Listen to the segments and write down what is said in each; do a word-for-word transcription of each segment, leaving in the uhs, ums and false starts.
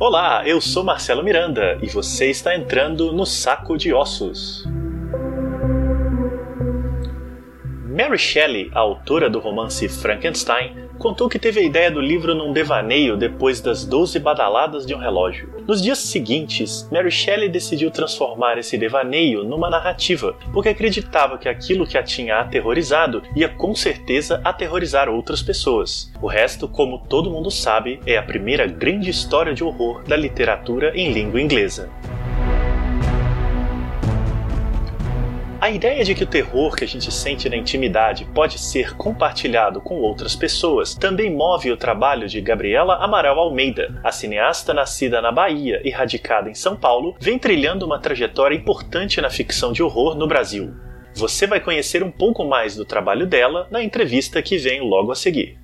Olá, eu sou Marcelo Miranda e você está entrando no Saco de Ossos. Mary Shelley, a autora do romance Frankenstein, contou que teve a ideia do livro num devaneio depois das doze badaladas de um relógio. Nos dias seguintes, Mary Shelley decidiu transformar esse devaneio numa narrativa, porque acreditava que aquilo que a tinha aterrorizado ia com certeza aterrorizar outras pessoas. O resto, como todo mundo sabe, é a primeira grande história de horror da literatura em língua inglesa. A ideia de que o terror que a gente sente na intimidade pode ser compartilhado com outras pessoas também move o trabalho de Gabriela Amaral Almeida. A cineasta nascida na Bahia e radicada em São Paulo vem trilhando uma trajetória importante na ficção de horror no Brasil. Você vai conhecer um pouco mais do trabalho dela na entrevista que vem logo a seguir.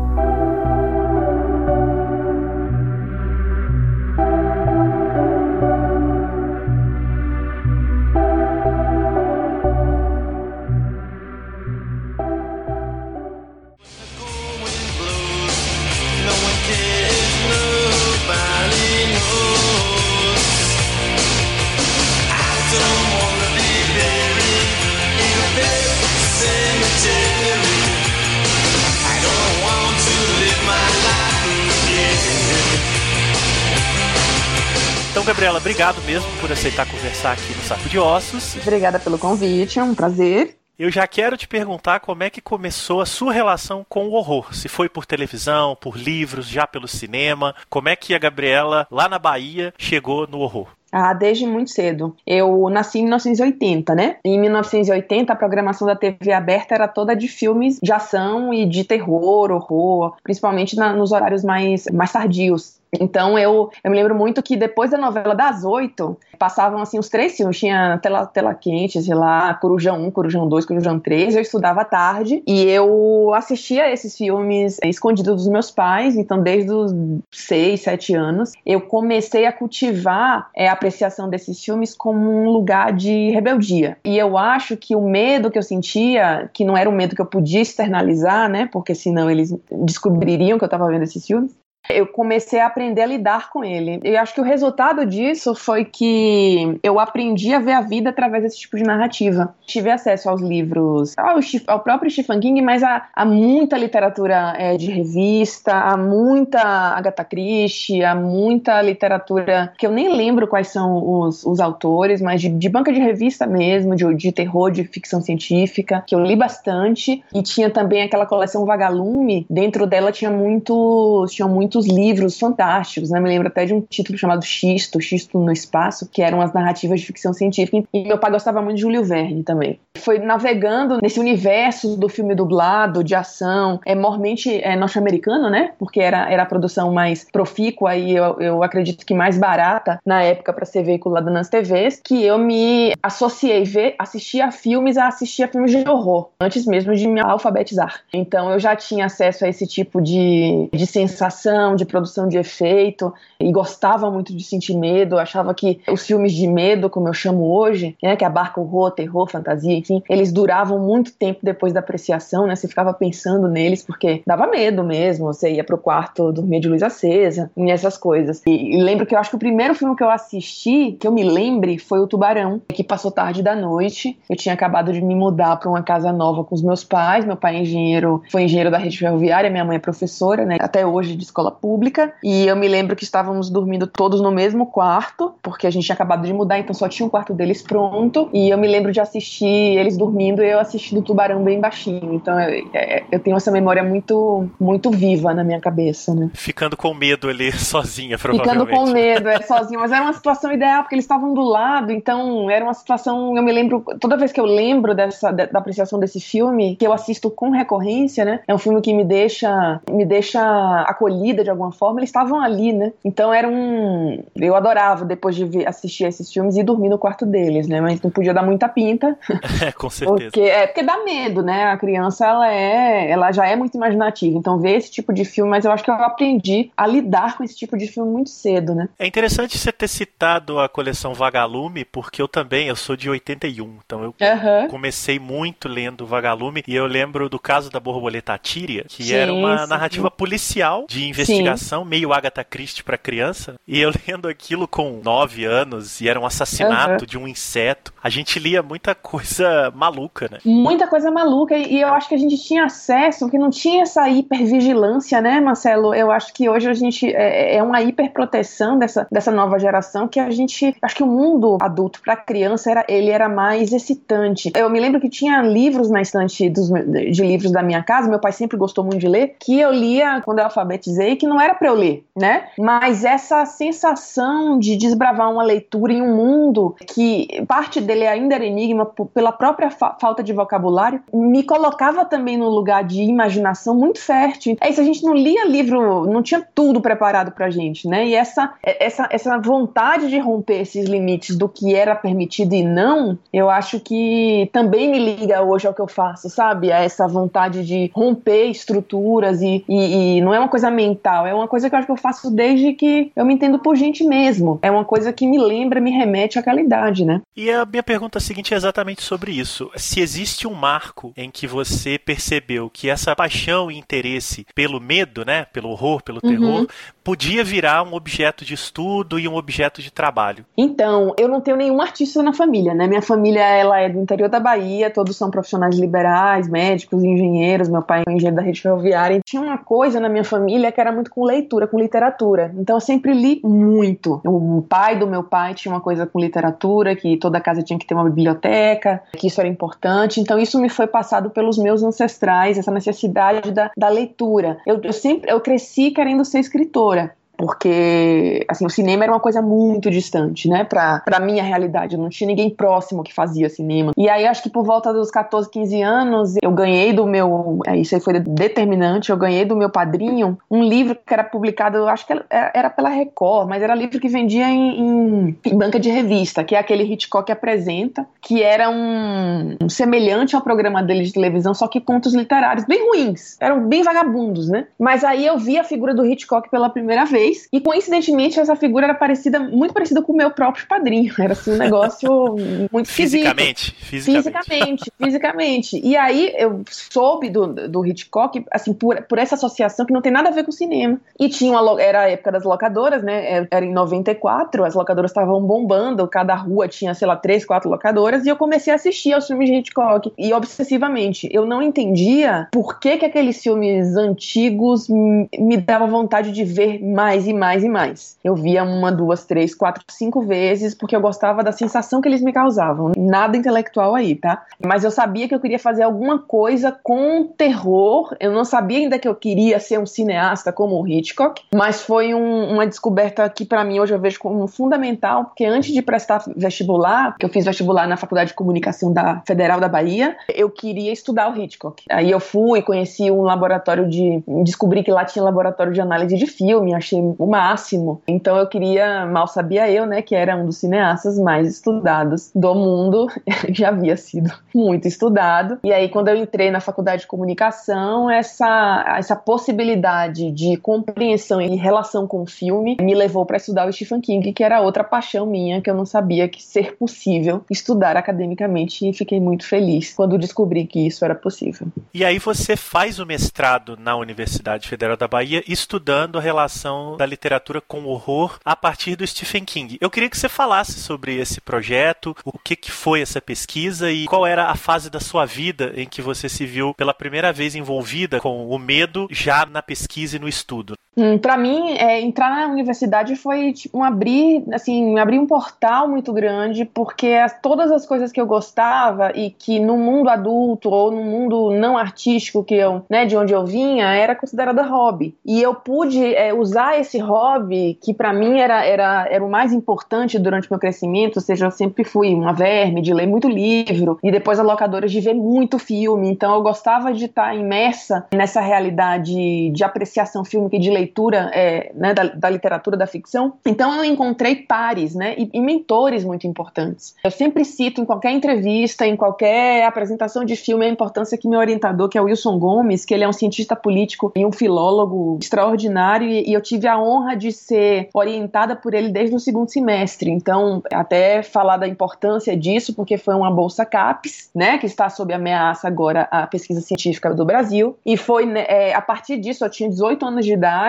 Então, Gabriela, obrigado mesmo por aceitar conversar aqui no Saco de Ossos. Obrigada pelo convite, é um prazer. Eu já quero te perguntar como é que começou a sua relação com o horror. Se foi por televisão, por livros, já pelo cinema. Como é que a Gabriela, lá na Bahia, chegou no horror? Ah, desde muito cedo. Eu nasci em mil novecentos e oitenta, né? Em mil novecentos e oitenta, a programação da T V aberta era toda de filmes de ação e de terror, horror, principalmente na, nos horários mais, mais tardios. Então eu, eu me lembro muito que depois da novela das oito, passavam assim os três filmes, tinha Tela, Tela Quente, sei lá, Corujão um, Corujão dois, Corujão três, eu estudava à tarde e eu assistia esses filmes é, escondidos dos meus pais, então desde os seis, sete anos, eu comecei a cultivar é, a apreciação desses filmes como um lugar de rebeldia. E eu acho que o medo que eu sentia, que não era um medo que eu podia externalizar, né, porque senão eles descobririam que eu estava vendo esses filmes, eu comecei a aprender a lidar com ele. Eu acho que o resultado disso foi que eu aprendi a ver a vida através desse tipo de narrativa. Tive acesso aos livros, ao, ao próprio Stephen King, mas a, a muita literatura é, de revista, a muita Agatha Christie, a muita literatura que eu nem lembro quais são os, os autores, mas de, de banca de revista mesmo, de, de terror, de ficção científica, que eu li bastante. E tinha também aquela coleção Vagalume, dentro dela tinha muitos, tinha muitos livros fantásticos, né? Me lembro até de um título chamado Xisto, Xisto no Espaço, que eram as narrativas de ficção científica, e meu pai gostava muito de Júlio Verne também. Foi navegando nesse universo do filme dublado, de ação, é mormente é, norte-americano, né? Porque era, era a produção mais profícua e eu, eu acredito que mais barata na época para ser veiculada nas T Vs, que eu me associei, ver, assistir a filmes a assistir a filmes de horror, antes mesmo de me alfabetizar. Então eu já tinha acesso a esse tipo de, de sensação, de produção de efeito, e gostava muito de sentir medo, achava que os filmes de medo, como eu chamo hoje, né, que abarcam horror, terror, fantasia, enfim, eles duravam muito tempo depois da apreciação, né, você ficava pensando neles, porque dava medo mesmo, você ia pro quarto dormir de luz acesa, e essas coisas. E, e lembro que eu acho que o primeiro filme que eu assisti, que eu me lembre, foi o Tubarão, que passou tarde da noite. Eu tinha acabado de me mudar para uma casa nova com os meus pais, meu pai é engenheiro, foi engenheiro da rede ferroviária, minha mãe é professora, né, até hoje de escola pública, e eu me lembro que estávamos dormindo todos no mesmo quarto, porque a gente tinha acabado de mudar, então só tinha o quarto deles pronto, e eu me lembro de assistir eles dormindo e eu assistindo o Tubarão bem baixinho, então eu, eu tenho essa memória muito, muito viva na minha cabeça, né. Ficando com medo ali sozinha, provavelmente. Ficando com medo, é, sozinha, mas era uma situação ideal, porque eles estavam do lado, então era uma situação, eu me lembro, toda vez que eu lembro dessa, da apreciação desse filme, que eu assisto com recorrência, né, é um filme que me deixa, me deixa acolhida de alguma forma, eles estavam ali, né, então era um, eu adorava depois de ver, assistir esses filmes e dormir no quarto deles, né, mas não podia dar muita pinta. É, com certeza. Porque, é, porque dá medo, né, a criança, ela é, ela já é muito imaginativa, então ver esse tipo de filme, mas eu acho que eu aprendi a lidar com esse tipo de filme muito cedo, né. É interessante você ter citado a coleção Vagalume, porque eu também, eu sou de oitenta e um, então eu uhum. comecei muito lendo Vagalume, e eu lembro do caso da borboleta Tíria, que sim, era uma sim. narrativa policial de investigação investigação, Sim. meio Agatha Christie pra criança. E eu lendo aquilo com nove anos, e era um assassinato uhum. de um inseto. A gente lia muita coisa maluca, né? Muita coisa maluca, e eu acho que a gente tinha acesso, porque não tinha essa hipervigilância, né, Marcelo? Eu acho que hoje a gente é, é uma hiperproteção dessa, dessa nova geração, que a gente, acho que o mundo adulto pra criança, era, ele era mais excitante. Eu me lembro que tinha livros na estante dos, de livros da minha casa, meu pai sempre gostou muito de ler, que eu lia quando eu alfabetizei, que não era pra eu ler, né? Mas essa sensação de desbravar uma leitura em um mundo que parte dele ainda era enigma pela própria fa- falta de vocabulário, me colocava também num lugar de imaginação muito fértil. É isso, a gente não lia livro, não tinha tudo preparado pra gente, né? E essa, essa, essa vontade de romper esses limites do que era permitido e não, eu acho que também me liga hoje ao que eu faço, sabe? A essa vontade de romper estruturas e, e, e não é uma coisa mental, é uma coisa que eu acho que eu faço desde que eu me entendo por gente mesmo. É uma coisa que me lembra, me remete àquela idade, né? E a minha pergunta seguinte é exatamente sobre isso. Se existe um marco em que você percebeu que essa paixão e interesse pelo medo, né, pelo horror, pelo terror, uhum. podia virar um objeto de estudo e um objeto de trabalho. Então, eu não tenho nenhum artista na família, né? Minha família, ela é do interior da Bahia, todos são profissionais liberais, médicos, engenheiros, meu pai é engenheiro da rede ferroviária. E tinha uma coisa na minha família que era muito com leitura, com literatura. Então, eu sempre li muito. O pai do meu pai tinha uma coisa com literatura, que toda casa tinha que ter uma biblioteca, que isso era importante. Então, isso me foi passado pelos meus ancestrais, essa necessidade da, da leitura. Eu, eu sempre, eu cresci querendo ser escritora. Porque, assim, o cinema era uma coisa muito distante, né, pra, pra minha realidade. Eu não tinha ninguém próximo que fazia cinema. E aí, acho que por volta dos catorze, quinze anos, eu ganhei do meu... Isso aí foi determinante. Eu ganhei do meu padrinho um livro que era publicado, eu acho que era, era pela Record, mas era livro que vendia em, em, em banca de revista, que é aquele Hitchcock Apresenta, que era um, um semelhante ao programa dele de televisão, só que contos literários, bem ruins. Eram bem vagabundos, né? Mas aí eu vi a figura do Hitchcock pela primeira vez. E coincidentemente essa figura era parecida, muito parecida com o meu próprio padrinho. Era assim um negócio muito fisicamente, fisicamente, fisicamente, fisicamente. E aí eu soube do, do Hitchcock, assim, por, por essa associação que não tem nada a ver com cinema. E tinha uma, era a época das locadoras, né? Era em noventa e quatro, as locadoras estavam bombando, cada rua tinha, sei lá, três, quatro locadoras, e eu comecei a assistir aos filmes de Hitchcock, e obsessivamente. Eu não entendia por que que aqueles filmes antigos me, me davam vontade de ver mais e mais e mais. Eu via uma, duas, três, quatro, cinco vezes, porque eu gostava da sensação que eles me causavam. Nada intelectual aí, tá? Mas eu sabia que eu queria fazer alguma coisa com terror. Eu não sabia ainda que eu queria ser um cineasta como o Hitchcock, mas foi um, uma descoberta que pra mim hoje eu vejo como fundamental, porque antes de prestar vestibular, que eu fiz vestibular na Faculdade de Comunicação da Federal da Bahia, eu queria estudar o Hitchcock. Aí eu fui, conheci um laboratório de... descobri que lá tinha laboratório de análise de filme, achei o máximo. Então eu queria, mal sabia eu, né, que era um dos cineastas mais estudados do mundo, já havia sido muito estudado. E aí quando eu entrei na faculdade de comunicação, essa, essa possibilidade de compreensão e relação com o filme me levou para estudar o Stephen King, que era outra paixão minha, que eu não sabia que ser possível estudar academicamente, e fiquei muito feliz quando descobri que isso era possível. E aí você faz o mestrado na Universidade Federal da Bahia estudando a relação da literatura com horror a partir do Stephen King. Eu queria que você falasse sobre esse projeto, o que, que foi essa pesquisa e qual era a fase da sua vida em que você se viu pela primeira vez envolvida com o medo já na pesquisa e no estudo. Hum, para mim, é, entrar na universidade foi tipo, um abrir, assim, abrir um portal muito grande, porque as, todas as coisas que eu gostava e que no mundo adulto ou no mundo não artístico que eu, né, de onde eu vinha, era considerada hobby. E eu pude é, usar esse hobby, que para mim era, era, era o mais importante durante o meu crescimento, ou seja, eu sempre fui uma verme de ler muito livro e depois a locadora de ver muito filme, então eu gostava de estar imersa nessa realidade de apreciação fílmica e de leitura leitura é, né, da, da literatura, da ficção. Então eu encontrei pares, né, e, e mentores muito importantes. Eu sempre cito em qualquer entrevista, em qualquer apresentação de filme, a importância que meu orientador, que é o Wilson Gomes, que ele é um cientista político e um filólogo extraordinário, e, e eu tive a honra de ser orientada por ele desde o segundo semestre. Então, até falar da importância disso, porque foi uma bolsa CAPES, né, que está sob ameaça agora a pesquisa científica do Brasil, e foi, né, é, a partir disso, eu tinha dezoito anos de idade,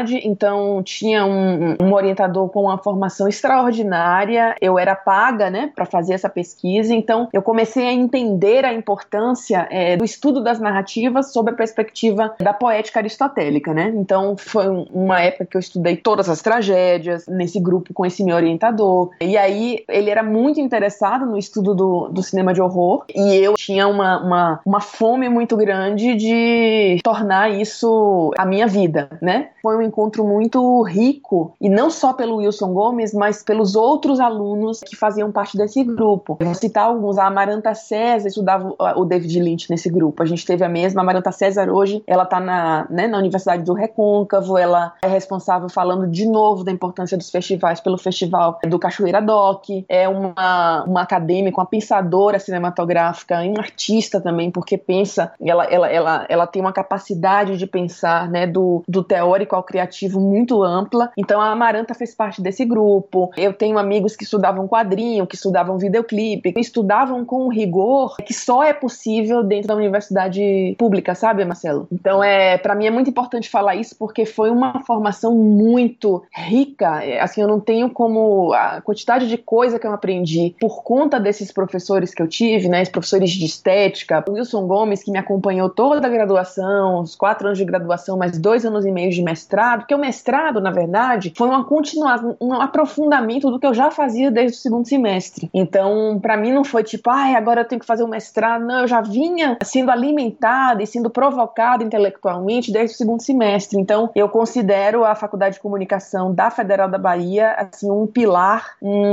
universidade, então tinha um, um orientador com uma formação extraordinária, eu era paga, né, para fazer essa pesquisa, então eu comecei a entender a importância é, do estudo das narrativas sob a perspectiva da poética aristotélica, né, então foi uma época que eu estudei todas as tragédias, nesse grupo com esse meu orientador, e aí ele era muito interessado no estudo do, do cinema de horror, e eu tinha uma, uma, uma fome muito grande de tornar isso a minha vida, né? Foi um encontro muito rico, e não só pelo Wilson Gomes, mas pelos outros alunos que faziam parte desse grupo. Eu vou citar alguns. A Amaranta César estudava o David Lynch nesse grupo. A gente teve a mesma. A Amaranta César hoje, ela está na, né, na Universidade do Recôncavo, ela é responsável, falando de novo da importância dos festivais, pelo Festival do Cachoeira Doc, é uma, uma acadêmica, uma pensadora cinematográfica, uma artista também, porque pensa, ela, ela, ela, ela tem uma capacidade de pensar, né, do, do teórico ao criativo muito ampla. Então a Amaranta fez parte desse grupo. Eu tenho amigos que estudavam quadrinho, que estudavam videoclipe, que estudavam com um rigor que só é possível dentro da universidade pública, sabe, Marcelo? Então, é, para mim é muito importante falar isso, porque foi uma formação muito rica. Assim, eu não tenho como... A quantidade de coisa que eu aprendi por conta desses professores que eu tive, né, os professores de estética, o Wilson Gomes, que me acompanhou toda a graduação, os quatro anos de graduação, mais dois anos e meio de mestrado, porque o mestrado, na verdade, foi uma continuação, um aprofundamento do que eu já fazia desde o segundo semestre. Então, para mim não foi tipo, ai, agora eu tenho que fazer um mestrado. Não, eu já vinha sendo alimentada e sendo provocada intelectualmente desde o segundo semestre. Então, eu considero a Faculdade de Comunicação da Federal da Bahia, assim, um pilar,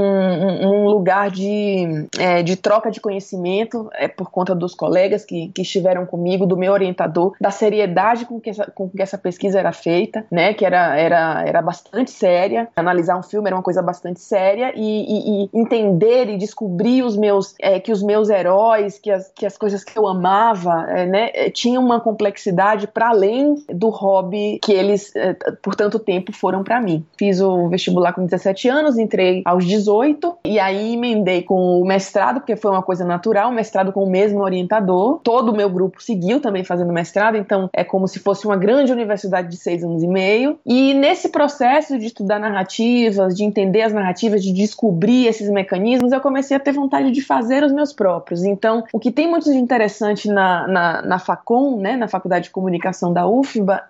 um, um lugar de, é, de troca de conhecimento, é, por conta dos colegas que, que estiveram comigo, do meu orientador, da seriedade com que essa, com que essa pesquisa era feita, né, que era, era, era bastante séria. Analisar um filme era uma coisa bastante séria, e, e, e entender e descobrir os meus, é, que os meus heróis, que as, que as coisas que eu amava, é, né, tinham uma complexidade para além do hobby que eles, é, por tanto tempo, foram para mim. Fiz o vestibular com dezessete anos, entrei aos dezoito, e aí emendei com o mestrado, porque foi uma coisa natural, mestrado com o mesmo orientador. Todo o meu grupo seguiu também fazendo mestrado, então é como se fosse uma grande universidade de seis anos e meio. E nesse processo de estudar narrativas, de entender as narrativas, de descobrir esses mecanismos, eu comecei a ter vontade de fazer os meus próprios. Então, o que tem muito de interessante na, na, na Facom, né, na Faculdade de Comunicação da U F B A,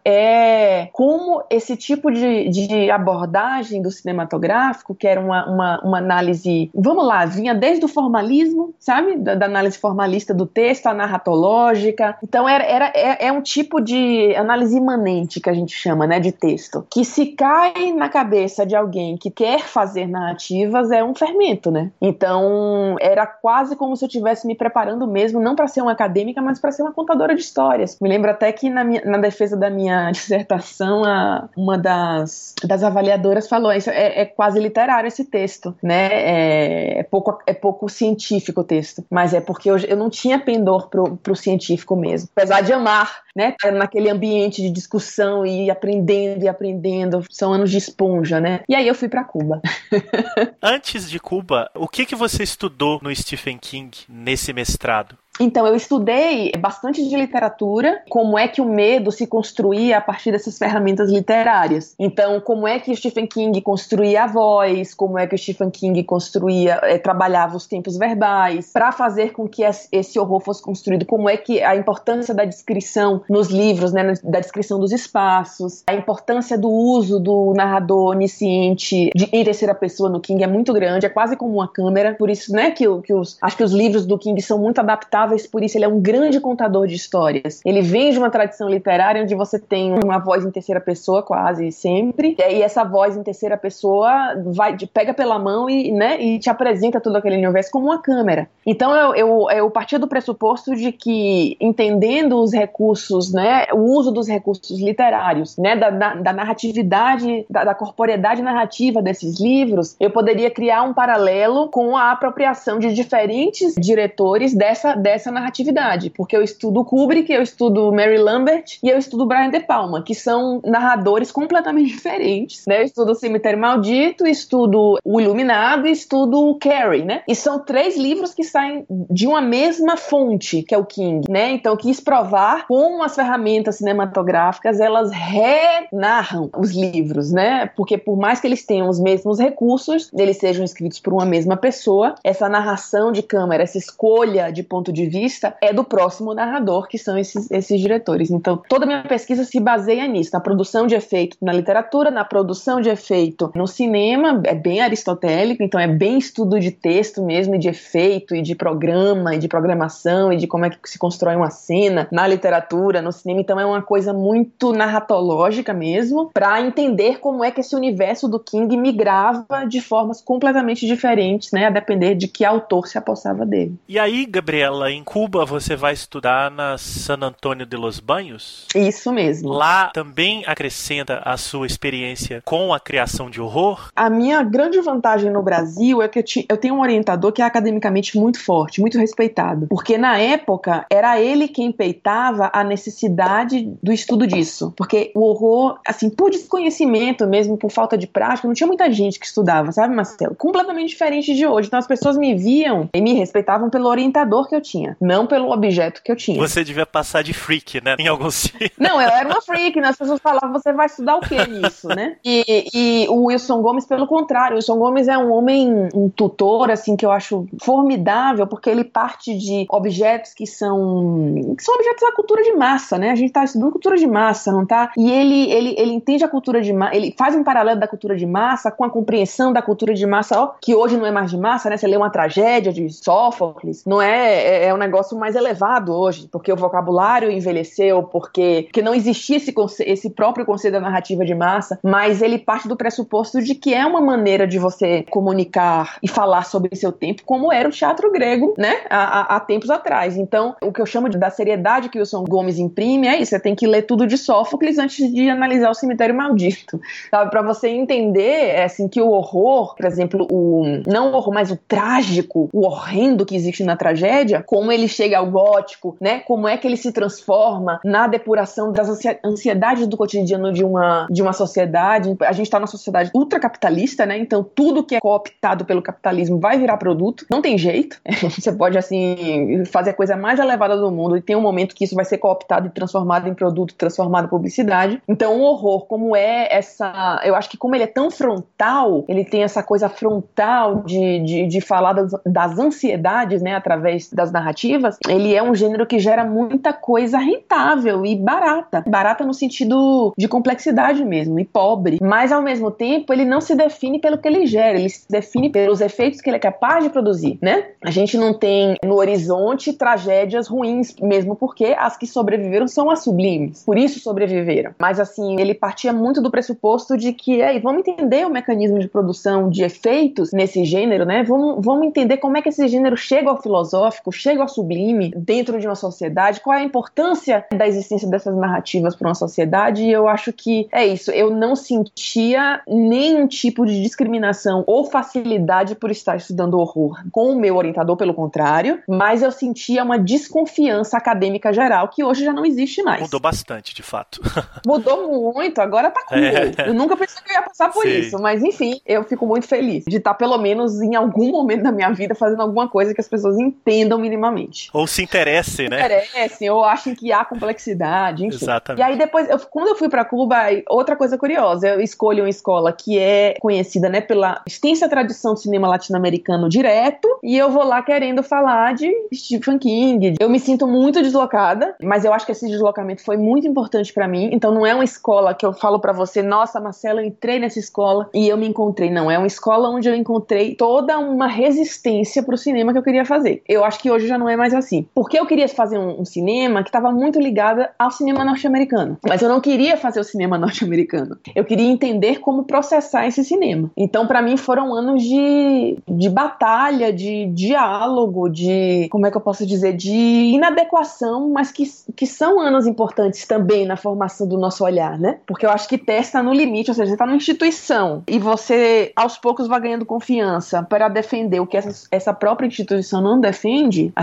é como esse tipo de, de abordagem do cinematográfico, que era uma, uma, uma análise, vamos lá, vinha desde o formalismo, sabe, da, da análise formalista do texto, a narratológica. Então, era, era, é, é um tipo de análise imanente, que a gente chama, né, de texto, que se cai na cabeça de alguém que quer fazer narrativas, é um fermento, né? Então, era quase como se eu estivesse me preparando mesmo, não para ser uma acadêmica, mas para ser uma contadora de histórias. Me lembro até que na, minha, na defesa da minha dissertação, a, uma das, das avaliadoras falou, isso é, é quase literário esse texto, né? É, é, pouco, é pouco científico o texto, mas é porque eu, eu não tinha pendor pro, pro científico mesmo. Apesar de amar, né, naquele ambiente de discussão e ir aprendendo e aprendendo, são anos de esponja, né? E aí eu fui para Cuba. Antes de Cuba, o que, que você estudou no Stephen King nesse mestrado? Então, eu estudei bastante de literatura, como é que o medo se construía a partir dessas ferramentas literárias. Então, como é que o Stephen King construía a voz, como é que o Stephen King construía, é, trabalhava os tempos verbais, para fazer com que esse horror fosse construído, como é que a importância da descrição nos livros, né, da descrição dos espaços, a importância do uso do narrador onisciente de, em terceira pessoa no King é muito grande, é quase como uma câmera, por isso, né, que, que os, acho que os livros do King são muito adaptáveis, por isso ele é um grande contador de histórias. Ele vem de uma tradição literária onde você tem uma voz em terceira pessoa quase sempre, e aí essa voz em terceira pessoa vai, pega pela mão e, né, e te apresenta todo aquele universo como uma câmera. Então eu, eu, eu partia do pressuposto de que, entendendo os recursos, né, o uso dos recursos literários, né, da, da, da narratividade, da, da corporeidade narrativa desses livros, eu poderia criar um paralelo com a apropriação de diferentes diretores dessa, dessa essa narratividade, porque eu estudo Kubrick, eu estudo Mary Lambert e eu estudo Brian De Palma, que são narradores completamente diferentes, né? Eu estudo O Cemitério Maldito, estudo O Iluminado e estudo Carrie, né? E são três livros que saem de uma mesma fonte, que é o King, né? Então eu quis provar como as ferramentas cinematográficas, elas renarram os livros, né? Porque por mais que eles tenham os mesmos recursos, eles sejam escritos por uma mesma pessoa, essa narração de câmera, essa escolha de ponto de vista é do próximo narrador, que são esses, esses diretores. Então toda a minha pesquisa se baseia nisso, na produção de efeito na literatura, na produção de efeito no cinema, é bem aristotélico, então é bem estudo de texto mesmo, e de efeito, e de programa, e de programação, e de como é que se constrói uma cena na literatura, no cinema. Então é uma coisa muito narratológica mesmo, para entender como é que esse universo do King migrava de formas completamente diferentes, né, a depender de que autor se apossava dele. E aí, Gabriela, em Cuba você vai estudar na San Antônio de los Baños? Isso mesmo. Lá também acrescenta a sua experiência com a criação de horror? A minha grande vantagem no Brasil é que eu, te, eu tenho um orientador que é academicamente muito forte, muito respeitado, porque na época era ele quem peitava a necessidade do estudo disso, porque o horror, assim, por desconhecimento mesmo, por falta de prática, não tinha muita gente que estudava, sabe, Marcelo? Completamente diferente de hoje. Então as pessoas me viam e me respeitavam pelo orientador que eu tinha, não pelo objeto que eu tinha. Você devia passar de freak, né, em alguns... Não, eu era uma freak, né? As pessoas falavam, você vai estudar o que nisso, né? E, e o Wilson Gomes, pelo contrário, o Wilson Gomes é um homem, um tutor, assim, que eu acho formidável, porque ele parte de objetos que são, que são objetos da cultura de massa, né? A gente tá estudando cultura de massa, não tá? E ele, ele, ele entende a cultura de massa, ele faz um paralelo da cultura de massa com a compreensão da cultura de massa, ó, que hoje não é mais de massa, né? Você lê uma tragédia de Sófocles, não é, é, é um negócio mais elevado hoje, porque o vocabulário envelheceu, porque, porque não existia esse, conce- esse próprio conceito da narrativa de massa, mas ele parte do pressuposto de que é uma maneira de você comunicar e falar sobre seu tempo, como era o teatro grego, né, há, há, há tempos atrás. Então, o que eu chamo de, da seriedade que o Wilson Gomes imprime é isso, você tem que ler tudo de Sófocles antes de analisar O Cemitério Maldito, sabe, pra você entender, é, assim, que o horror, por exemplo, o, não o horror, mas o trágico, o horrendo que existe na tragédia, como ele chega ao gótico, né, como é que ele se transforma na depuração das ansiedades do cotidiano de uma, de uma sociedade. A gente está numa sociedade ultracapitalista, né? Então tudo que é cooptado pelo capitalismo vai virar produto. Não tem jeito. Você pode, assim, fazer a coisa mais elevada do mundo e tem um momento que isso vai ser cooptado e transformado em produto, transformado em publicidade. Então o horror, como é essa... Eu acho que como ele é tão frontal, ele tem essa coisa frontal de, de, de falar das, das ansiedades, né? Através das narrativas. Ele é um gênero que gera muita coisa rentável e barata. Barata no sentido de complexidade mesmo, e pobre. Mas, ao mesmo tempo, ele não se define pelo que ele gera, ele se define pelos efeitos que ele é capaz de produzir, né? A gente não tem no horizonte tragédias ruins, mesmo porque as que sobreviveram são as sublimes. Por isso sobreviveram. Mas, assim, ele partia muito do pressuposto de que, ei, vamos entender o mecanismo de produção de efeitos nesse gênero, né? Vamos, vamos entender como é que esse gênero chega ao filosófico, chega ao sublime dentro de uma sociedade, qual é a importância da existência dessas narrativas para uma sociedade. E eu acho que é isso, eu não sentia nenhum tipo de discriminação ou facilidade por estar estudando horror com o meu orientador, pelo contrário, mas eu sentia uma desconfiança acadêmica geral que hoje já não existe mais. Mudou bastante, de fato. Mudou muito, agora tá cool. É. Eu nunca pensei que eu ia passar por Sim. isso, mas enfim, eu fico muito feliz de estar pelo menos em algum momento da minha vida fazendo alguma coisa que as pessoas entendam minimamente. Ou se interessem, né? Se interessem, ou achem que há complexidade, enfim. Exatamente. E aí depois, eu, quando eu fui pra Cuba, outra coisa curiosa, eu escolho uma escola que é conhecida, né, pela extensa tradição do cinema latino-americano direto, e eu vou lá querendo falar de Stephen King. Eu me sinto muito deslocada, mas eu acho que esse deslocamento foi muito importante pra mim. Então não é uma escola que eu falo pra você, nossa, Marcela, eu entrei nessa escola e eu me encontrei. Não, é uma escola onde eu encontrei toda uma resistência pro cinema que eu queria fazer. Eu acho que hoje já não é mais assim. Porque eu queria fazer um, um cinema que estava muito ligado ao cinema norte-americano. Mas eu não queria fazer o cinema norte-americano. Eu queria entender como processar esse cinema. Então, pra mim, foram anos de, de batalha, de diálogo, de, como é que eu posso dizer, de inadequação, mas que, que são anos importantes também na formação do nosso olhar, né? Porque eu acho que testa no limite, ou seja, você tá numa instituição e você, aos poucos, vai ganhando confiança para defender o que essa, essa própria instituição não defende,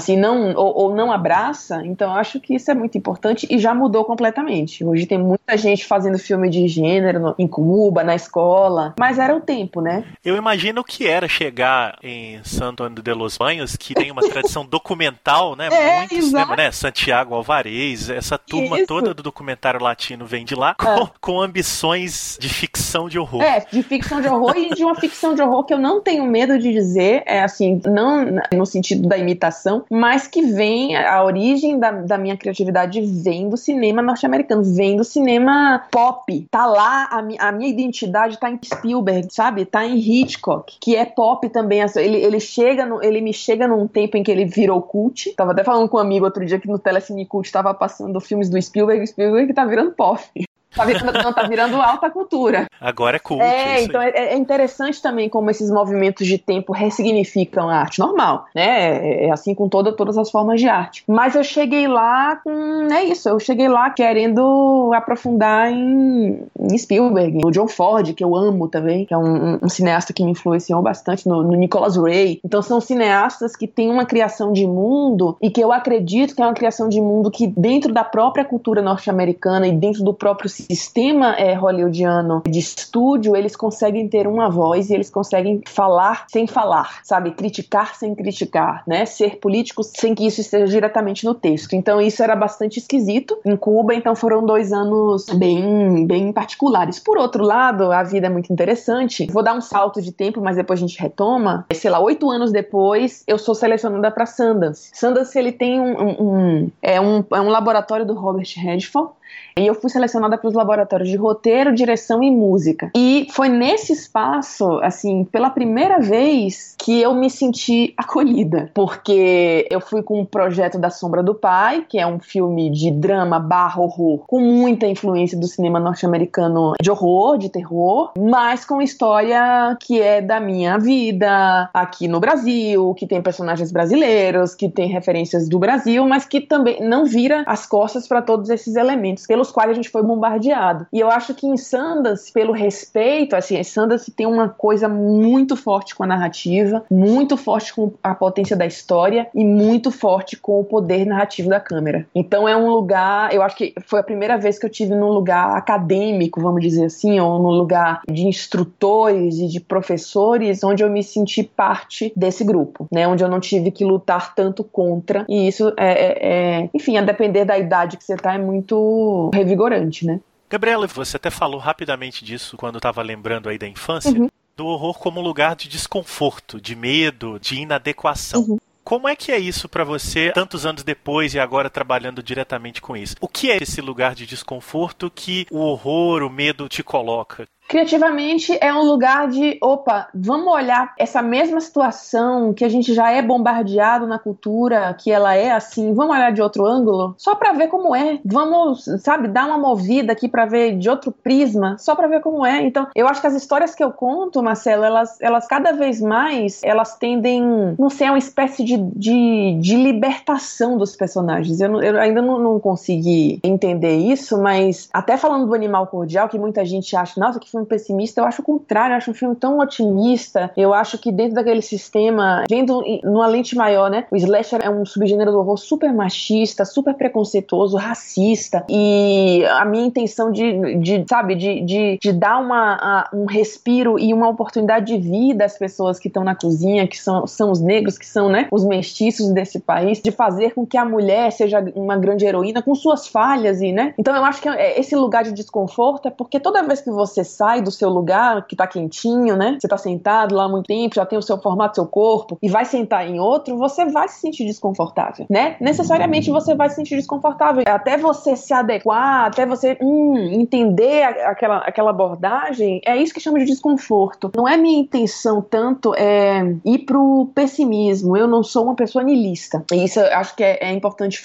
assim, não, ou, ou não abraça, então eu acho que isso é muito importante e já mudou completamente. Hoje tem muita gente fazendo filme de gênero no, em Cuba, na escola, mas era o tempo, né? Eu imagino que era chegar em Santo Antônio de los Baños, que tem uma tradição documental, né? É, muito exato. cinema, né? Santiago Alvarez, essa turma Isso. toda do documentário latino vem de lá, com, É. com ambições de ficção de horror. É, de ficção de horror e de uma ficção de horror que eu não tenho medo de dizer, é assim, não no sentido da imitação, mas que vem, a origem da, da minha criatividade vem do cinema norte-americano, vem do cinema pop. Tá lá, a, mi, a minha identidade tá em Spielberg, sabe? Tá em Hitchcock, que é pop também. Ele, ele, chega no, ele me chega num tempo em que ele virou cult. Tava até falando com um amigo outro dia que no Telecine Cult tava passando filmes do Spielberg, Spielberg tá virando pop. Tá virando, não, tá virando alta cultura. Agora é cult. É, isso então é, é interessante também como esses movimentos de tempo ressignificam a arte normal, né? É, é assim com toda, todas as formas de arte. Mas eu cheguei lá com, é isso, eu cheguei lá querendo aprofundar em, em Spielberg, no John Ford, que eu amo também, que é um, um cineasta que me influenciou bastante, no, no Nicholas Ray. Então são cineastas que têm uma criação de mundo e que eu acredito que é uma criação de mundo que dentro da própria cultura norte-americana e dentro do próprio sistema é, hollywoodiano de estúdio, eles conseguem ter uma voz e eles conseguem falar sem falar, sabe? Criticar sem criticar, né? Ser políticos sem que isso esteja diretamente no texto. Então isso era bastante esquisito em Cuba, então foram dois anos bem, bem particulares. Por outro lado, a vida é muito interessante. Vou dar um salto de tempo, mas depois a gente retoma. Sei lá, oito anos depois, eu sou selecionada para Sundance. Sundance, ele tem um, um, um, é um, é um laboratório do Robert Redford, e eu fui selecionada para os laboratórios de roteiro, direção e música. E foi nesse espaço, assim, pela primeira vez que eu me senti acolhida. Porque eu fui com o projeto da Sombra do Pai, que é um filme de drama barra horror, com muita influência do cinema norte-americano de horror, de terror, mas com história que é da minha vida aqui no Brasil, que tem personagens brasileiros, que tem referências do Brasil, mas que também não vira as costas para todos esses elementos pelos quais a gente foi bombardeado. E eu acho que em Sundance, pelo respeito, assim, Sundance tem uma coisa muito forte com a narrativa, muito forte com a potência da história e muito forte com o poder narrativo da câmera. Então é um lugar, eu acho que foi a primeira vez que eu tive num lugar acadêmico, vamos dizer assim, ou num lugar de instrutores e de professores, onde eu me senti parte desse grupo, né, onde eu não tive que lutar tanto contra, e isso é, é, é enfim, a depender da idade que você tá, é muito revigorante, né? Gabriela, você até falou rapidamente disso quando estava lembrando aí da infância, uhum. do horror como lugar de desconforto, de medo, de inadequação. Uhum. Como é que é isso para você, tantos anos depois e agora trabalhando diretamente com isso? O que é esse lugar de desconforto que o horror, o medo te coloca? Criativamente é um lugar de, opa, vamos olhar essa mesma situação que a gente já é bombardeado na cultura, que ela é assim, vamos olhar de outro ângulo, só pra ver como é. Vamos, sabe, dar uma movida aqui pra ver de outro prisma, só pra ver como é. Então, eu acho que as histórias que eu conto, Marcelo, elas, elas cada vez mais, elas tendem, não sei, é uma espécie de, de, de libertação dos personagens. Eu, eu ainda não, não consegui entender isso, mas até falando do Animal Cordial, que muita gente acha, nossa, que filme pessimista, eu acho o contrário, eu acho um filme tão otimista. Eu acho que dentro daquele sistema, vendo numa lente maior, né, o slasher é um subgênero do horror super machista, super preconceituoso, racista, e a minha intenção de, de sabe, de, de, de dar uma, a, um respiro e uma oportunidade de vida às pessoas que estão na cozinha, que são, são os negros, que são, né, os mestiços desse país, de fazer com que a mulher seja uma grande heroína com suas falhas, e, né, então eu acho que esse lugar de desconforto é porque toda vez que você sai do seu lugar, que tá quentinho, né? Você tá sentado lá há muito tempo, já tem o seu formato, seu corpo, e vai sentar em outro, você vai se sentir desconfortável, né? Necessariamente você vai se sentir desconfortável. Até você se adequar, até você hum, entender aquela, aquela abordagem, é isso que chama de desconforto. Não é minha intenção tanto é, ir pro pessimismo. Eu não sou uma pessoa niilista. E isso eu acho que é, é importante falar.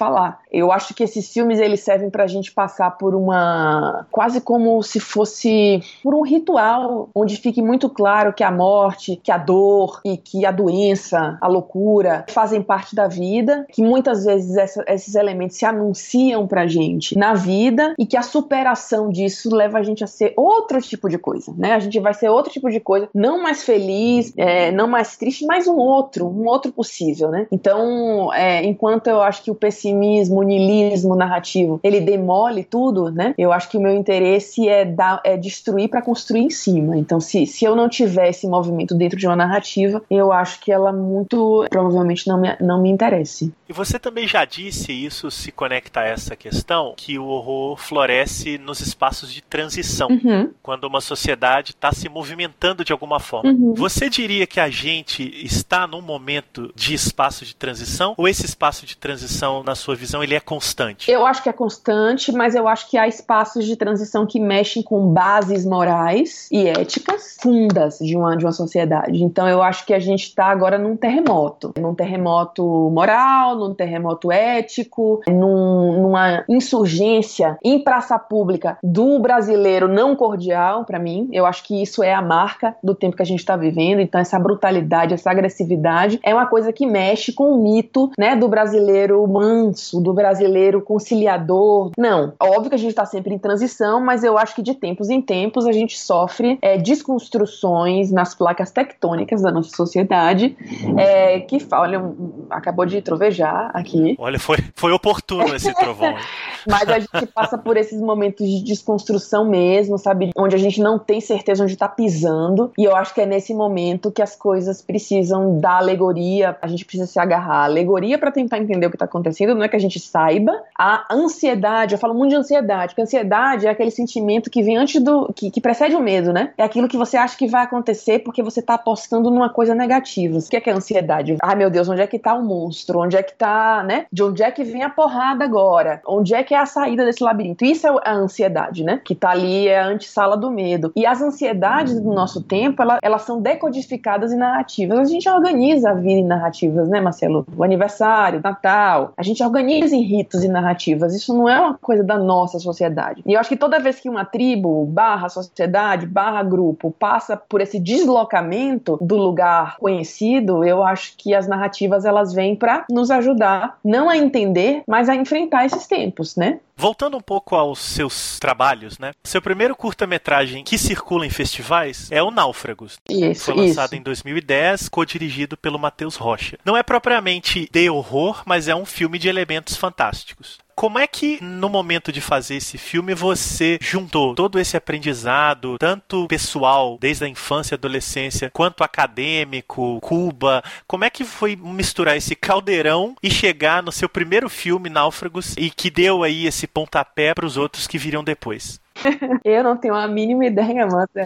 Eu acho que esses filmes, eles servem pra gente passar por uma... quase como se fosse por um ritual, onde fique muito claro que a morte, que a dor e que a doença, a loucura, fazem parte da vida, que muitas vezes essa, esses elementos se anunciam pra gente na vida e que a superação disso leva a gente a ser outro tipo de coisa, né? A gente vai ser outro tipo de coisa, não mais feliz, é, não mais triste, mas um outro, um outro possível, né? Então, é, enquanto eu acho que o pessimismo, o niilismo narrativo, ele demole tudo, né? Eu acho que o meu interesse é, dar, é destruir para construir em cima. Então, se, se eu não tiver esse movimento dentro de uma narrativa, eu acho que ela muito, provavelmente não me, não me interesse. E você também já disse, e isso se conecta a essa questão, que o horror floresce nos espaços de transição, uhum. quando uma sociedade está se movimentando de alguma forma. Uhum. Você diria que a gente está num momento de espaço de transição, ou esse espaço de transição, na sua visão, ele é constante? Eu acho que é constante, mas eu acho que há espaços de transição que mexem com bases morais e éticas fundas de uma, de uma sociedade. Então eu acho que a gente está agora num terremoto, num terremoto moral, num terremoto ético, num, numa insurgência em praça pública do brasileiro não cordial, para mim. Eu acho que isso é a marca do tempo que a gente está vivendo. Então essa brutalidade, essa agressividade é uma coisa que mexe com o mito, né, do brasileiro manso, do brasileiro conciliador. Não, óbvio que a gente está sempre em transição, mas eu acho que de tempos em tempos a gente sofre é, desconstruções nas placas tectônicas da nossa sociedade, é, que, olha, acabou de trovejar aqui. Olha, foi, foi oportuno esse trovão. Mas a gente passa por esses momentos de desconstrução mesmo, sabe? Onde a gente não tem certeza onde tá pisando. E eu acho que é nesse momento que as coisas precisam da alegoria. A gente precisa se agarrar à alegoria para tentar entender o que tá acontecendo. Não é que a gente saiba. A ansiedade, eu falo muito de ansiedade, porque a ansiedade é aquele sentimento que vem antes do... Que, que precede o medo, né? É aquilo que você acha que vai acontecer porque você tá apostando numa coisa negativa. O que é que é a ansiedade? Ai, meu Deus, onde é que tá o monstro? Onde é que tá, né? De onde é que vem a porrada agora? Onde é que é a saída desse labirinto? Isso é a ansiedade, né? Que tá ali, é a antessala do medo. E as ansiedades do nosso tempo, ela, elas são decodificadas em narrativas. A gente organiza a vida em narrativas, né, Marcelo? O aniversário, Natal. A gente organiza em ritos e narrativas. Isso não é uma coisa da nossa sociedade. E eu acho que toda vez que uma tribo, barra sociedade, barra grupo, passa por esse deslocamento do lugar conhecido, eu acho que as narrativas, elas vêm para nos ajudar, não a entender, mas a enfrentar esses tempos, né? Voltando um pouco aos seus trabalhos, né? Seu primeiro curta-metragem que circula em festivais é o Náufragos. Isso, Foi lançado isso. em dois mil e dez, co-dirigido pelo Matheus Rocha. Não é propriamente de horror, mas é um filme de elementos fantásticos. Como é que, no momento de fazer esse filme, você juntou todo esse aprendizado, tanto pessoal, desde a infância e adolescência, quanto acadêmico, Cuba? Como é que foi misturar esse caldeirão e chegar no seu primeiro filme, Náufragos, e que deu aí esse pontapé para os outros que viriam depois? Eu não tenho a mínima ideia, Mata.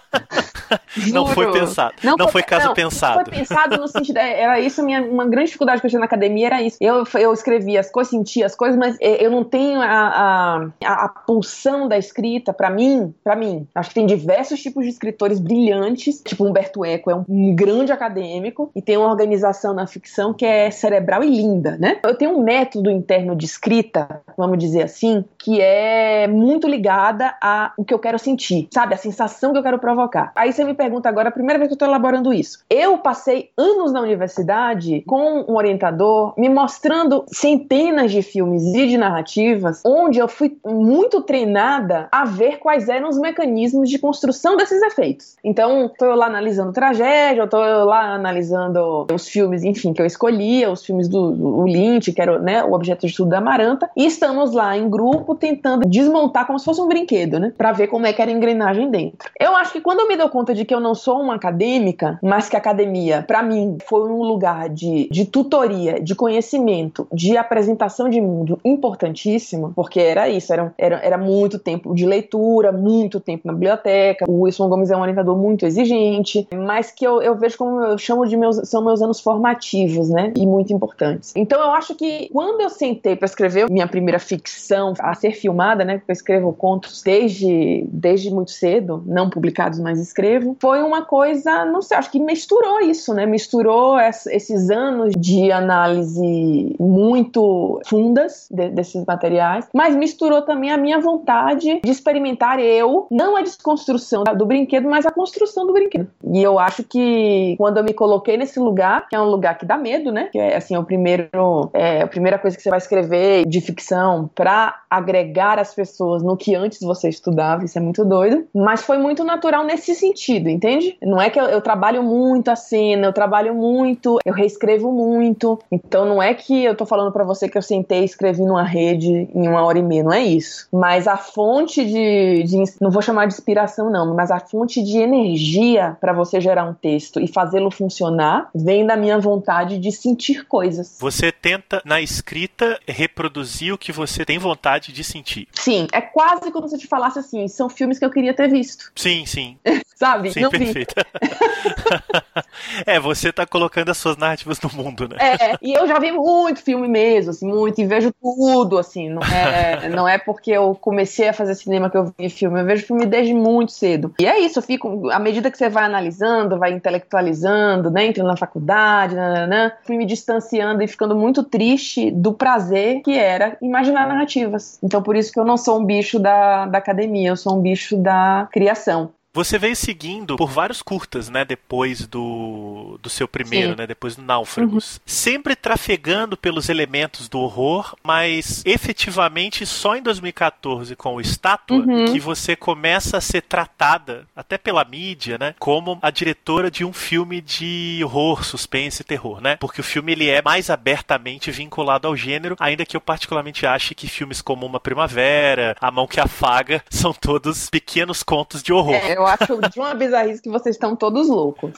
Não foi pensado. Não, não foi, foi caso não, pensado. Não foi pensado no sentido... Era isso, minha, uma grande dificuldade que eu tinha na academia era isso. Eu, eu escrevia as coisas, sentia as coisas, mas eu não tenho a, a, a, a pulsão da escrita pra mim, pra mim. Acho que tem diversos tipos de escritores brilhantes, tipo Humberto Eco é um, um grande acadêmico e tem uma organização na ficção que é cerebral e linda, né? Eu tenho um método interno de escrita, vamos dizer assim, que é muito ligada ao que eu quero sentir, sabe? A sensação que eu quero provocar. Aí você me pergunta agora, a primeira vez que eu tô elaborando isso. Eu passei anos na universidade com um orientador me mostrando centenas de filmes e de narrativas onde eu fui muito treinada a ver quais eram os mecanismos de construção desses efeitos. Então, tô eu lá analisando tragédia, eu tô eu lá analisando os filmes, enfim, que eu escolhia, os filmes do, do Lynch, que era, né, o objeto de estudo da Amaranta, e estamos lá em grupo tentando desmontar como se fosse um brinquedo, né, pra ver como é que era a engrenagem dentro. Eu acho que quando eu me dou conta de que eu não sou uma acadêmica, mas que a academia, pra mim, foi um lugar de, de tutoria, de conhecimento, de apresentação de mundo importantíssimo, porque era isso, era, era, era muito tempo de leitura, muito tempo na biblioteca. O Wilson Gomes é um orientador muito exigente, mas que eu, eu vejo como eu chamo de meus, são meus anos formativos, né, e muito importantes. Então eu acho que quando eu sentei pra escrever minha primeira ficção a ser filmada, né, porque eu escrevo contos desde, desde muito cedo, não publicados, mas escrevo, escrevo, foi uma coisa, não sei, acho que misturou isso, né? Misturou esses anos de análise muito fundas de, desses materiais, mas misturou também a minha vontade de experimentar eu, não a desconstrução do brinquedo, mas a construção do brinquedo. E eu acho que quando eu me coloquei nesse lugar, que é um lugar que dá medo, né? Que é assim, o primeiro, é, a primeira coisa que você vai escrever de ficção pra agregar as pessoas no que antes você estudava, isso é muito doido, mas foi muito natural nesse sentido, entende? Não é que eu, eu trabalho muito a cena, eu trabalho muito, eu reescrevo muito, então não é que eu tô falando pra você que eu sentei e escrevi numa rede em uma hora e meia, não é isso, mas a fonte de, de não vou chamar de inspiração não, mas a fonte de energia pra você gerar um texto e fazê-lo funcionar, vem da minha vontade de sentir coisas. Você tenta, na escrita, reproduzir o que você tem vontade de sentir. Sim, é quase como se eu te falasse assim, são filmes que eu queria ter visto. Sim, sim. Sabe? Sim, não perfeito. É, você tá colocando as suas narrativas no mundo, né? É, e eu já vi muito filme mesmo, assim, muito, e vejo tudo, assim, não é, não é porque eu comecei a fazer cinema que eu vi filme, eu vejo filme desde muito cedo. E é isso, eu fico, à medida que você vai analisando, vai intelectualizando, né, entrando na faculdade, nananã, fui me distanciando e ficando muito triste do prazer que era imaginar narrativas. Então por isso que eu não sou um bicho da, da academia, eu sou um bicho da criação. Você veio seguindo por vários curtas, né, depois do, do seu primeiro, Sim. né, depois do Náufragos. Uhum. Sempre trafegando pelos elementos do horror, mas efetivamente só em dois mil e catorze, com o Estátua, uhum. que você começa a ser tratada, até pela mídia, né, como a diretora de um filme de horror, suspense e terror, né? Porque o filme ele é mais abertamente vinculado ao gênero, ainda que eu particularmente ache que filmes como Uma Primavera, A Mão que Afaga, são todos pequenos contos de horror. É. Eu acho de uma bizarrice que vocês estão todos loucos.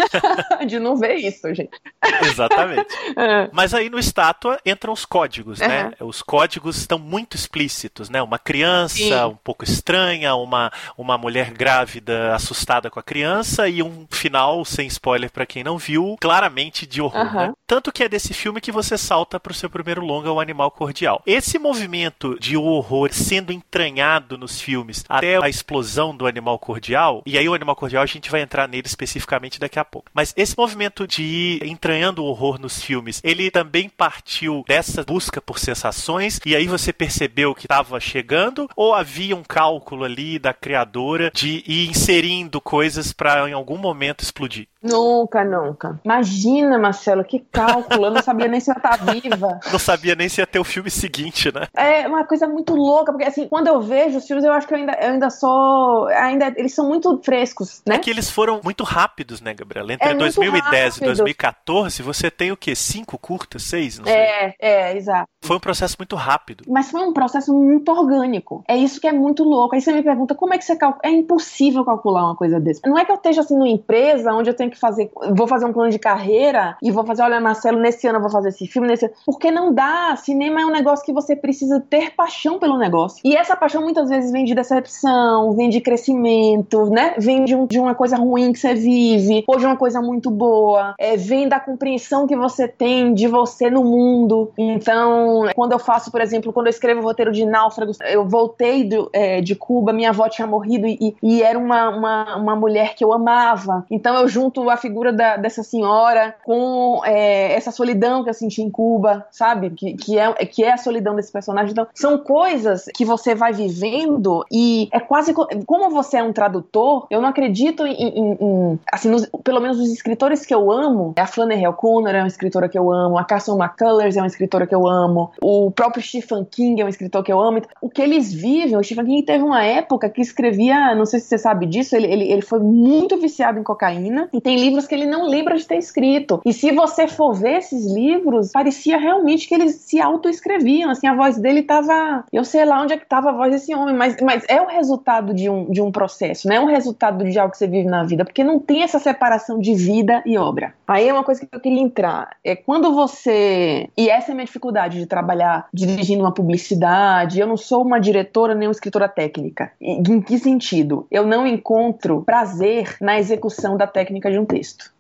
De não ver isso, gente. Exatamente. É. Mas aí no Estátua entram os códigos, uhum. né? Os códigos estão muito explícitos, né? Uma criança Sim. um pouco estranha, uma, uma mulher grávida assustada com a criança e um final, sem spoiler pra quem não viu, claramente de horror, uhum. né? Tanto que é desse filme que você salta pro seu primeiro longa, O Animal Cordial. Esse movimento de horror sendo entranhado nos filmes até a explosão do Animal Cordial, e aí o Animal Cordial a gente vai entrar nele especificamente daqui a pouco. Mas esse movimento de ir entranhando o horror nos filmes, ele também partiu dessa busca por sensações, e aí você percebeu que estava chegando, ou havia um cálculo ali da criadora de ir inserindo coisas para em algum momento explodir? Nunca, nunca. Imagina, Marcelo, que cálculo. Eu não sabia nem se eu ia estar viva. Não sabia nem se ia ter o filme seguinte, né? É uma coisa muito louca, porque assim, quando eu vejo os filmes, eu acho que eu ainda, eu ainda sou... Ainda, eles são muito frescos, né? É que eles foram muito rápidos, né, Gabriela? Entre é dois mil e dez rápido. E dois mil e catorze, você tem o quê? Cinco curtas? Seis? Não sei. É, é, exato. Foi um processo muito rápido. Mas foi um processo muito orgânico. É isso que é muito louco. Aí você me pergunta, como é que você calcula? É impossível calcular uma coisa dessa. Não é que eu esteja assim numa empresa onde eu tenho que fazer, vou fazer um plano de carreira e vou fazer, olha, Marcelo, nesse ano eu vou fazer esse filme, nesse ano. Porque não dá. Cinema é um negócio que você precisa ter paixão pelo negócio. E essa paixão muitas vezes vem de decepção, vem de crescimento, né? Vem de, um, de uma coisa ruim que você vive, ou de uma coisa muito boa. É, vem da compreensão que você tem de você no mundo. Então, quando eu faço, por exemplo, quando eu escrevo o roteiro de Náufragos, eu voltei do, é, de Cuba, minha avó tinha morrido e, e era uma, uma, uma mulher que eu amava. Então eu junto a figura da, dessa senhora com é, essa solidão que eu senti em Cuba, sabe? Que, que, é, que é a solidão desse personagem. Então, são coisas que você vai vivendo e é quase... Como você é um tradutor, eu não acredito em... em, em assim, nos, pelo menos os escritores que eu amo, a Flannery O'Connor é uma escritora que eu amo, a Carson McCullers é uma escritora que eu amo, o próprio Stephen King é um escritor que eu amo. O que eles vivem, o Stephen King teve uma época que escrevia, não sei se você sabe disso, ele, ele, ele foi muito viciado em cocaína e tem livros que ele não lembra de ter escrito. E se você for ver esses livros, parecia realmente que eles se autoescreviam, assim, a voz dele tava, eu sei lá onde é que tava a voz desse homem, mas, mas é o resultado de um, de um processo, não é um resultado de algo que você vive na vida, porque não tem essa separação de vida e obra. Aí é uma coisa que eu queria entrar, é quando você, e essa é a minha dificuldade de trabalhar dirigindo uma publicidade, eu não sou uma diretora nem uma escritora técnica. Em que sentido? Eu não encontro prazer na execução da técnica de um texto.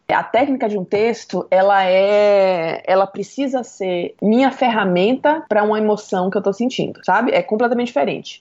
A técnica de um texto, ela é, ela precisa ser minha ferramenta para uma emoção que eu tô sentindo, sabe? É completamente diferente.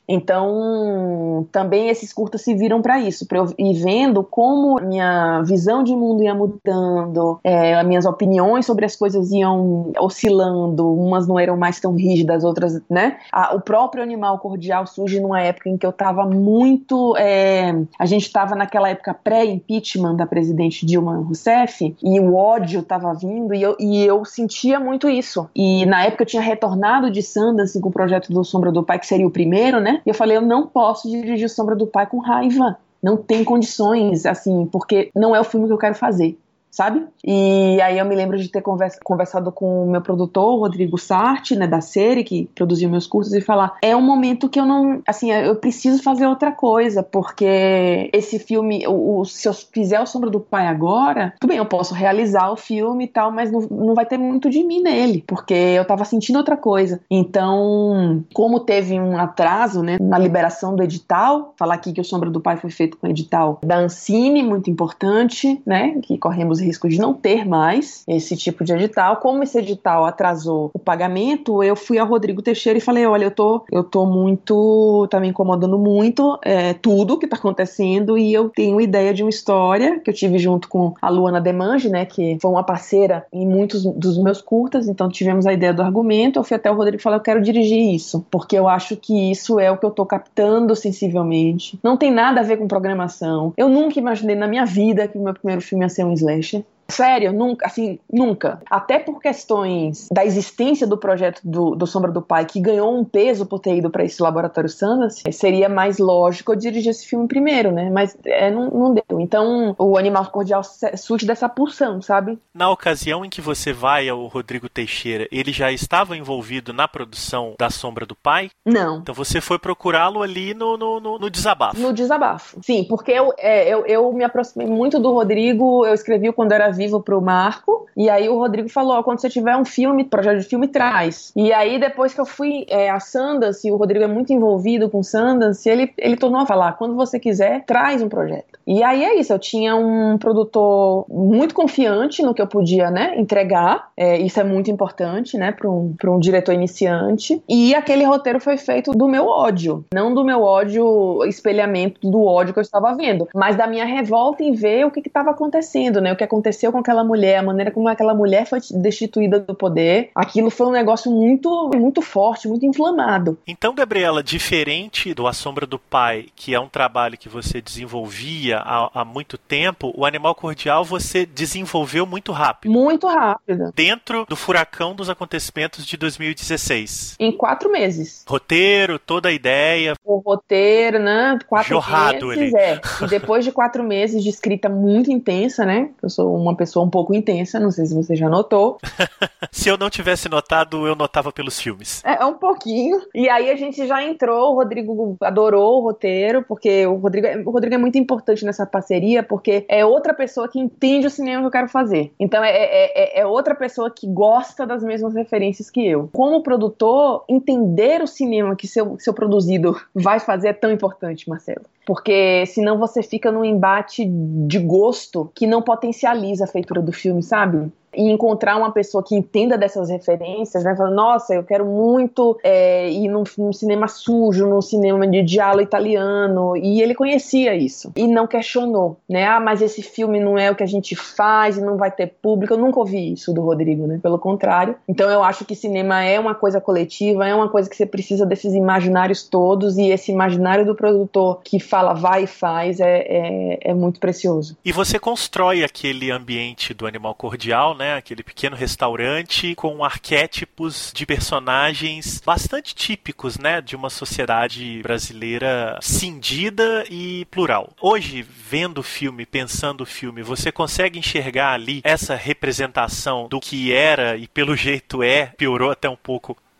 Então, também esses curtas se viram para isso, para eu ir vendo como minha visão de mundo ia mudando, é, as minhas opiniões sobre as coisas iam oscilando, umas não eram mais tão rígidas, outras, né? A, o próprio Animal Cordial surge numa época em que eu tava muito... É, a gente tava naquela época pré-impeachment da presidente Dilma Rousseff, e o ódio tava vindo, e eu, e eu sentia muito isso. E na época eu tinha retornado de Sundance com o projeto do Sombra do Pai, que seria o primeiro, né? E eu falei, eu não posso dirigir Sombra do Pai com raiva. Não tem condições, assim, porque não é o filme que eu quero fazer, sabe? E aí eu me lembro de ter conversa, conversado com o meu produtor, Rodrigo Sarti, né, da série, que produziu meus cursos, e falar, é um momento que eu não, assim, eu preciso fazer outra coisa, porque esse filme, o, o, se eu fizer o Sombra do Pai agora, tudo bem, eu posso realizar o filme e tal, mas não, não vai ter muito de mim nele, porque eu tava sentindo outra coisa. Então, como teve um atraso, né, na liberação do edital, falar aqui que o Sombra do Pai foi feito com o edital da Ancine, muito importante, né, que corremos risco de não ter mais esse tipo de edital. Como esse edital atrasou o pagamento, eu fui ao Rodrigo Teixeira e falei, olha, eu tô, eu tô muito, tá me incomodando muito é, tudo que tá acontecendo, e eu tenho ideia de uma história que eu tive junto com a Luana Demange, né, que foi uma parceira em muitos dos meus curtas, então tivemos a ideia do argumento. Eu fui até o Rodrigo e falei, eu quero dirigir isso, porque eu acho que isso é o que eu tô captando sensivelmente. Não tem nada a ver com programação. Eu nunca imaginei na minha vida que o meu primeiro filme ia ser um slasher. Sério, nunca, assim, nunca. Até por questões da existência do projeto do, do Sombra do Pai, que ganhou um peso por ter ido para esse laboratório Sundance, seria mais lógico eu dirigir esse filme primeiro, né? Mas é, não, não deu. Então, o Animal Cordial surge dessa pulsão, sabe? Na ocasião em que você vai ao Rodrigo Teixeira, ele já estava envolvido na produção da Sombra do Pai? Não. Então você foi procurá-lo ali no, no, no, no desabafo? No desabafo. Sim, porque eu, é, eu, eu me aproximei muito do Rodrigo, eu escrevi quando era vivo pro Marco, e aí o Rodrigo falou, quando você tiver um filme, projeto de filme, traz. E aí depois que eu fui é, a Sundance, e o Rodrigo é muito envolvido com Sundance, ele, ele tornou a falar, quando você quiser, traz um projeto. E aí é isso, eu tinha um produtor muito confiante no que eu podia, né, entregar, é, isso é muito importante, né, para um, para um diretor iniciante, e aquele roteiro foi feito do meu ódio, não do meu ódio, espelhamento do ódio que eu estava vendo, mas da minha revolta em ver o que estava acontecendo, né, o que aconteceu com aquela mulher, a maneira como aquela mulher foi destituída do poder, aquilo foi um negócio muito, muito forte, muito inflamado. Então, Gabriela, diferente do A Sombra do Pai, que é um trabalho que você desenvolvia há, há muito tempo, o Animal Cordial você desenvolveu muito rápido. Muito rápido. Dentro do furacão dos acontecimentos de dois mil e dezesseis. Em quatro meses. Roteiro, toda a ideia. O roteiro, né? Quatro Jorrado meses, ali. É. E depois de quatro meses de escrita muito intensa, né? Eu sou uma pessoa um pouco intensa, não sei se você já notou. Se eu não tivesse notado, eu notava pelos filmes. É, um pouquinho. E aí a gente já entrou, o Rodrigo adorou o roteiro, porque o Rodrigo, o Rodrigo é muito importante nessa parceria, porque é outra pessoa que entende o cinema que eu quero fazer. Então é, é, é outra pessoa que gosta das mesmas referências que eu. Como produtor, entender o cinema que seu, seu produzido vai fazer é tão importante, Marcelo. Porque senão você fica num embate de gosto que não potencializa a feitura do filme, sabe? E encontrar uma pessoa que entenda dessas referências, né? Falando, nossa, eu quero muito é, ir num, num cinema sujo, num cinema de diálogo italiano. E ele conhecia isso. E não questionou, né? Ah, mas esse filme não é o que a gente faz e não vai ter público. Eu nunca ouvi isso do Rodrigo, né? Pelo contrário. Então eu acho que cinema é uma coisa coletiva, é uma coisa que você precisa desses imaginários todos, e esse imaginário do produtor que fala, vai e faz, é, é, é muito precioso. E você constrói aquele ambiente do Animal Cordial, né? Aquele pequeno restaurante com arquétipos de personagens bastante típicos, né, de uma sociedade brasileira cindida e plural. Hoje, vendo o filme, pensando o filme, você consegue enxergar ali essa representação do que era e pelo jeito é, piorou até um pouco,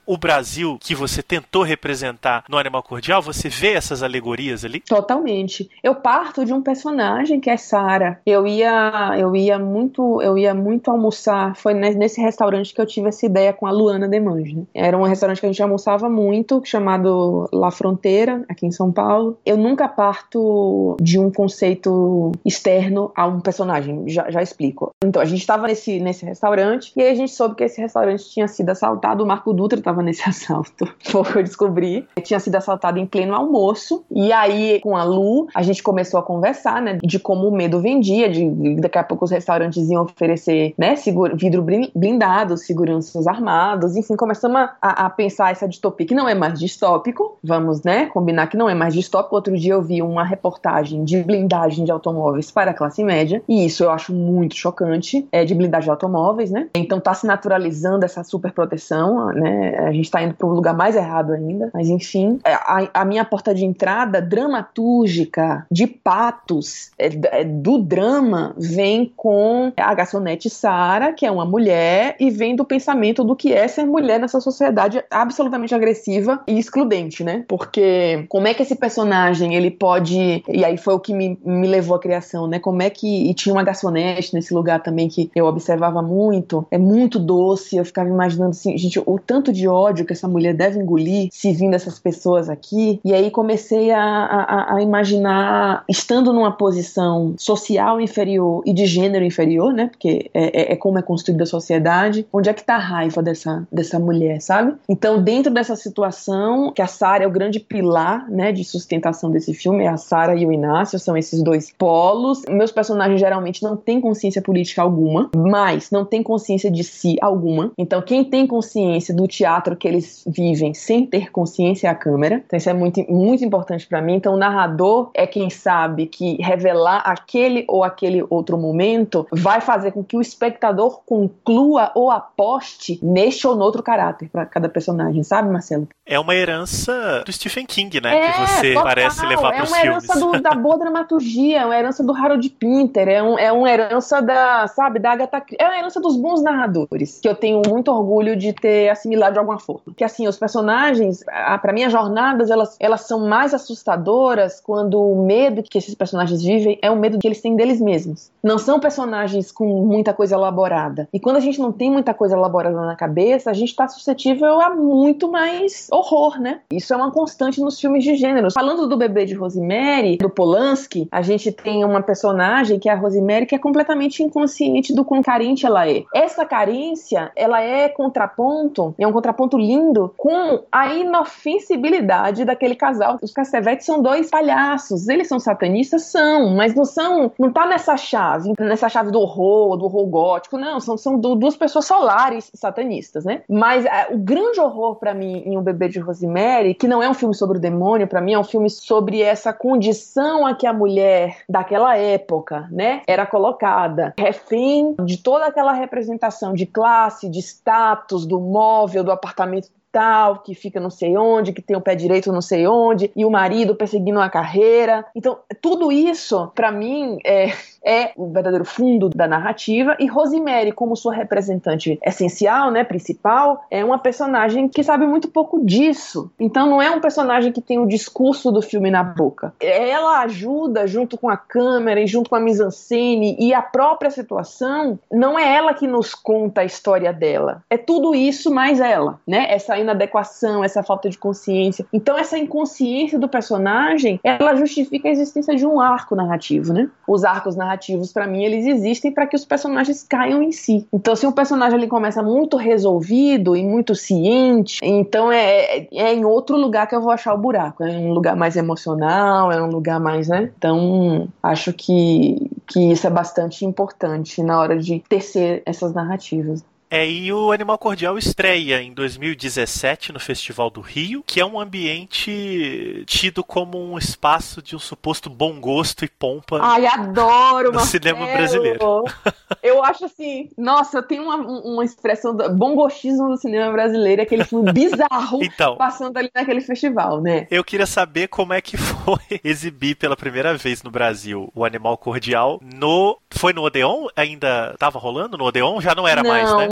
o Brasil que você tentou representar no Animal Cordial? Você vê essas alegorias ali? Totalmente. Eu parto de um personagem que é Sarah. Eu ia, eu ia muito, eu ia muito almoçar. Foi nesse restaurante que eu tive essa ideia com a Luana Demange, né? Era um restaurante que a gente almoçava muito, chamado La Fronteira, aqui em São Paulo. Eu nunca parto de um conceito externo a um personagem. Já, já explico. Então, a gente estava nesse, nesse restaurante e aí a gente soube que esse restaurante tinha sido assaltado. O Marco Dutra estava nesse assalto. Foi o que eu descobri. Ele tinha sido assaltado em pleno almoço. E aí, com a Lu, a gente começou a conversar, né, de como o medo vendia, de, de daqui a pouco os restaurantes iam oferecer, né, seguro, vidro blindado, seguranças armados, enfim, começamos a, a pensar essa distopia, que não é mais distópico, vamos, né, combinar que não é mais distópico. Outro dia eu vi uma reportagem de blindagem de automóveis para a classe média, e isso eu acho muito chocante, é de blindagem de automóveis, né, então tá se naturalizando essa super proteção, né, a gente tá indo para um lugar mais errado ainda, mas enfim, a, a minha porta de entrada dramatúrgica de patos é, é, do drama vem com a garçonete Sarah, que é uma mulher, e vem do pensamento do que é ser mulher nessa sociedade absolutamente agressiva e excludente, né? Porque como é que esse personagem, ele pode... E aí foi o que me, me levou à criação, né? Como é que... E tinha uma garçonete nesse lugar também que eu observava muito. É muito doce, eu ficava imaginando assim, gente, o tanto de ódio que essa mulher deve engolir se vindo essas pessoas aqui. E aí comecei a, a, a imaginar, estando numa posição social inferior e de gênero inferior, né? Porque é, é, é como é construída a sociedade. Onde é que tá a raiva dessa, dessa mulher, sabe? Então, dentro dessa situação, que a Sarah é o grande pilar, né, de sustentação desse filme, é a Sarah e o Inácio, são esses dois polos. Meus personagens geralmente não têm consciência política alguma, mas não têm consciência de si alguma. Então, quem tem consciência do teatro que eles vivem sem ter consciência é a câmera. Então, isso é muito, muito importante pra mim. Então, o narrador é quem sabe que revelar aquele ou aquele outro momento vai fazer com que o espectador conclua ou aposte neste ou no outro caráter pra cada personagem, sabe, Marcelo? É uma herança do Stephen King, né? É, que você total. parece levar é pros filmes. É uma herança do, da boa dramaturgia, é uma herança do Harold Pinter, é, um, é uma herança da, sabe, da Agatha Christie, é uma herança dos bons narradores, que eu tenho muito orgulho de ter assimilado de alguma forma. Que assim, os personagens, a, pra mim as jornadas, elas, elas são mais assustadoras quando o medo que esses personagens vivem é o medo que eles têm deles mesmos. Não são personagens com muita coisa elaborada. E quando a gente não tem muita coisa elaborada na cabeça, a gente tá suscetível a muito mais horror, né? Isso é uma constante nos filmes de gênero. Falando do Bebê de Rosemary, do Polanski, a gente tem uma personagem que é a Rosemary, que é completamente inconsciente do quão carente ela é. Essa carência, ela é contraponto, é um contraponto lindo com a inofensibilidade daquele casal. Os Cassavetes são dois palhaços. Eles são satanistas? São, mas não são, não tá nessa chave, nessa chave do horror, do horror gótico, não, são, são duas pessoas solares satanistas, né? Mas é, o grande horror pra mim em O Bebê de Rosemary, que não é um filme sobre o demônio, pra mim é um filme sobre essa condição a que a mulher daquela época, né, era colocada, refém de toda aquela representação de classe, de status, do móvel, do apartamento tal, que fica não sei onde, que tem o pé direito não sei onde, e o marido perseguindo a carreira. Então, tudo isso, pra mim, é, é o verdadeiro fundo da narrativa, e Rosemary, como sua representante essencial, né, principal, é uma personagem que sabe muito pouco disso. Então, não é um personagem que tem o discurso do filme na boca. Ela ajuda, junto com a câmera, e junto com a mise-en-scène, e a própria situação, não é ela que nos conta a história dela. É tudo isso mais ela, né? Essa inadequação, essa falta de consciência. Então essa inconsciência do personagem, ela justifica a existência de um arco narrativo, né? Os arcos narrativos, pra mim, eles existem para que os personagens caiam em si. Então se um personagem ele começa muito resolvido e muito ciente, então é, é, é em outro lugar que eu vou achar o buraco. É um lugar mais emocional, é um lugar mais, né? Então acho que, que isso é bastante importante na hora de tecer essas narrativas. É, e o Animal Cordial estreia em dois mil e dezessete no Festival do Rio, que é um ambiente tido como um espaço de um suposto bom gosto e pompa. Ai, adoro, no cinema brasileiro. Eu acho assim, nossa, eu tenho uma, uma expressão do bom gostismo no cinema brasileiro, aquele filme bizarro então, passando ali naquele festival, né? Eu queria saber como é que foi exibir pela primeira vez no Brasil o Animal Cordial no... Foi no Odeon? Ainda tava rolando no Odeon? Já não era não, mais, né?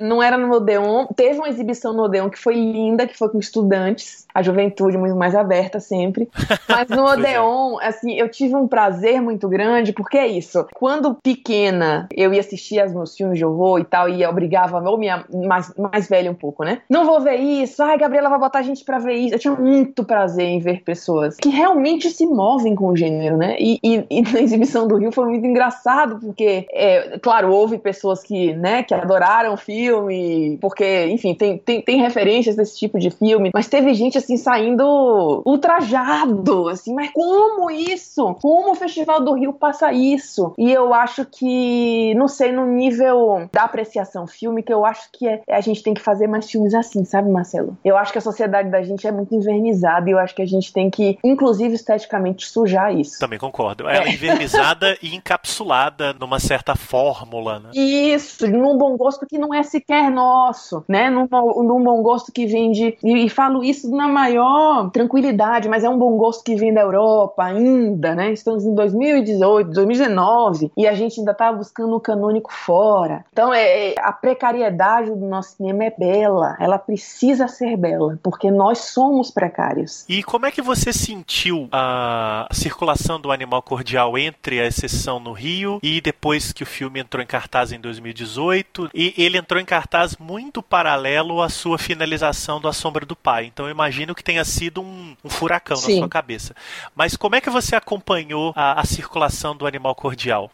Não era no Odeon. Teve uma exibição no Odeon que foi linda, que foi com estudantes. A juventude muito mais aberta sempre. Mas no Odeon, é. assim, eu tive um prazer muito grande, porque é isso. Quando pequena, eu ia assistir aos meus filmes de horror e tal, e eu obrigava, ou minha mais, mais velha um pouco, né? Não vou ver isso. Ai, Gabriela vai botar a gente pra ver isso. Eu tinha muito prazer em ver pessoas que realmente se movem com o gênero, né? E, e, e na exibição do Rio foi muito engraçado, porque, é, claro, houve pessoas que, né, que adoraram o filme, porque, enfim, tem, tem, tem referências desse tipo de filme, mas teve gente, assim, saindo ultrajado, assim, mas como isso? Como o Festival do Rio passa isso? E eu acho que, não sei, no nível da apreciação fílmica, eu acho que é, a gente tem que fazer mais filmes assim, sabe, Marcelo? Eu acho que a sociedade da gente é muito envernizada e eu acho que a gente tem que, inclusive esteticamente, sujar isso. Também concordo. Ela é envernizada e encapsulada numa certa fórmula, né? Isso, num bom gosto que não é sequer nosso, né? Num, num bom gosto que vem de... E, e falo isso na maior tranquilidade, mas é um bom gosto que vem da Europa ainda, né? Estamos em dois mil e dezoito, dois mil e dezenove e a gente ainda tá buscando o canônico fora. Então, é, é, a precariedade do nosso cinema é bela. Ela precisa ser bela, porque nós somos precários. E como é que você sentiu a circulação do Animal Cordial entre a sessão no Rio e depois que o filme entrou em cartaz em dois mil e dezoito? E ele entrou em cartaz muito paralelo à sua finalização do A Sombra do Pai. Então eu imagino que tenha sido um, um furacão Sim. na sua cabeça. Mas como é que você acompanhou a, a circulação do Animal Cordial?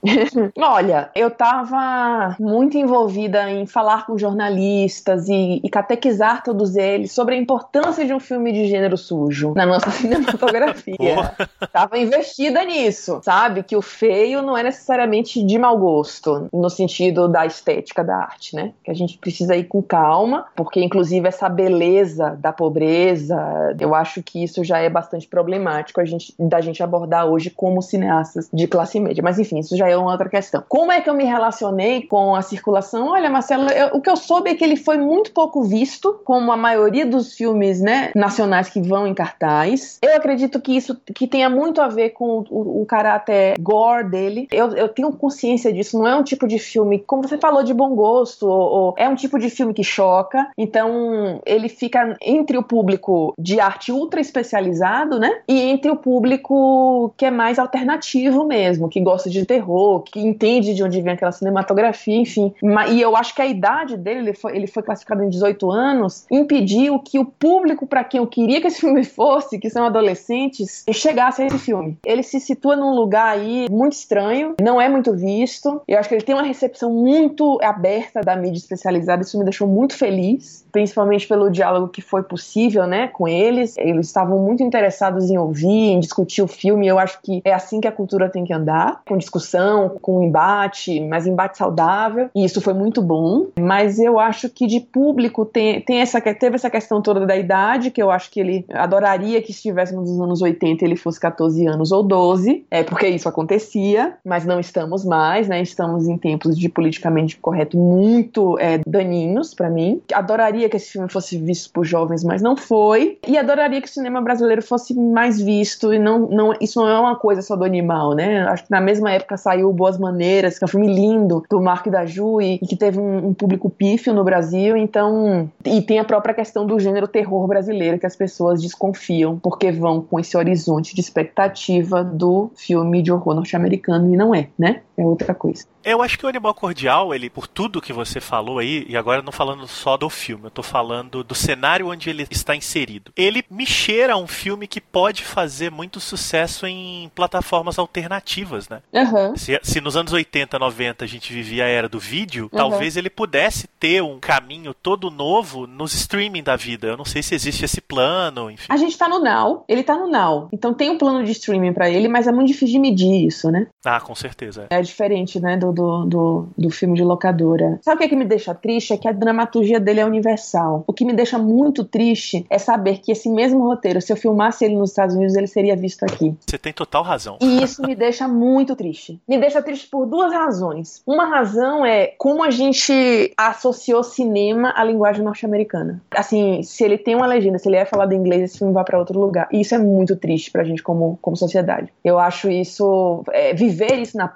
Olha, eu estava muito envolvida em falar com jornalistas e, e catequizar todos eles sobre a importância de um filme de gênero sujo na nossa cinematografia. Estava investida nisso, sabe? Que o feio não é necessariamente de mau gosto, no sentido da estética da arte, né? Que a gente precisa ir com calma, porque inclusive essa beleza da pobreza, eu acho que isso já é bastante problemático a gente, da gente abordar hoje como cineastas de classe média. Mas enfim, isso já é uma outra questão. Como é que eu me relacionei com a circulação? Olha, Marcelo, eu, o que eu soube é que ele foi muito pouco visto, como a maioria dos filmes, né, nacionais que vão em cartaz. Eu acredito que isso que tenha muito a ver com o, o caráter gore dele. Eu, eu tenho consciência disso. Não é um tipo de filme, como você falou, de bom gosto, ou, ou é um tipo de filme que choca. Então, ele fica entre o público de arte ultra especializado, né, e entre o público que é mais alternativo mesmo, que gosta de terror, que entende de onde vem aquela cinematografia, enfim. E eu acho que a idade dele, ele foi, ele foi classificado em dezoito anos, impediu que o público para quem eu queria que esse filme fosse, que são adolescentes, chegasse a esse filme. Ele se situa num lugar aí muito estranho, não é muito visto. Eu acho que ele tem uma recepção muito aberta da mídia especializada, isso me deixou muito feliz, principalmente pelo diálogo que foi possível, né, com eles. Eles estavam muito interessados em ouvir, em discutir o filme. Eu acho que é assim que a cultura tem que andar, com discussão, com embate, mas embate saudável, e isso foi muito bom. Mas eu acho que de público tem, tem essa, teve essa questão toda da idade, que eu acho que ele adoraria que estivéssemos nos anos oitenta e ele fosse catorze anos ou doze, é porque isso acontecia, mas não estamos mais, né? Estamos em tempos de politicamente correto muito é, daninhos pra mim. Adoraria que esse filme fosse visto por jovens, mas não foi, e adoraria que o cinema brasileiro fosse mais visto, e não, não, isso não é uma coisa só do Animal, né? Acho que na mesma época saiu Boas Maneiras, que é um filme lindo, do Marco e da Ju, e, e que teve um, um público pífio no Brasil, então, e tem a própria questão do gênero terror brasileiro, que as pessoas desconfiam, porque vão com esse horizonte de expectativa do filme de horror norte-americano, e não é, né? É outra coisa. Eu acho que o Animal Cordial, ele, por tudo que você falou aí, e agora eu não falando só do filme, eu tô falando do cenário onde ele está inserido. Ele me cheira a um filme que pode fazer muito sucesso em plataformas alternativas, né? Uhum. Se, se nos anos oitenta, noventa a gente vivia a era do vídeo, uhum. talvez ele pudesse ter um caminho todo novo nos streaming da vida. Eu não sei se existe esse plano, enfim. A gente tá no Now, ele tá no Now. Então tem um plano de streaming pra ele, mas é muito difícil de medir isso, né? Ah, com certeza. É, é diferente, né, do, do, do, do filme de locadora. Sabe o que, é que me deixa triste? É que a dramaturgia dele é universal. O que me deixa muito triste é saber que esse mesmo roteiro, se eu filmasse ele nos Estados Unidos, ele seria visto aqui. Você tem total razão. E isso me deixa muito triste. Me deixa triste por duas razões. Uma razão é como a gente associou cinema à linguagem norte-americana. Assim, se ele tem uma legenda, se ele é falado em inglês, esse filme vai pra outro lugar. E isso é muito triste pra gente como, como sociedade. Eu acho isso... É, viver isso na pele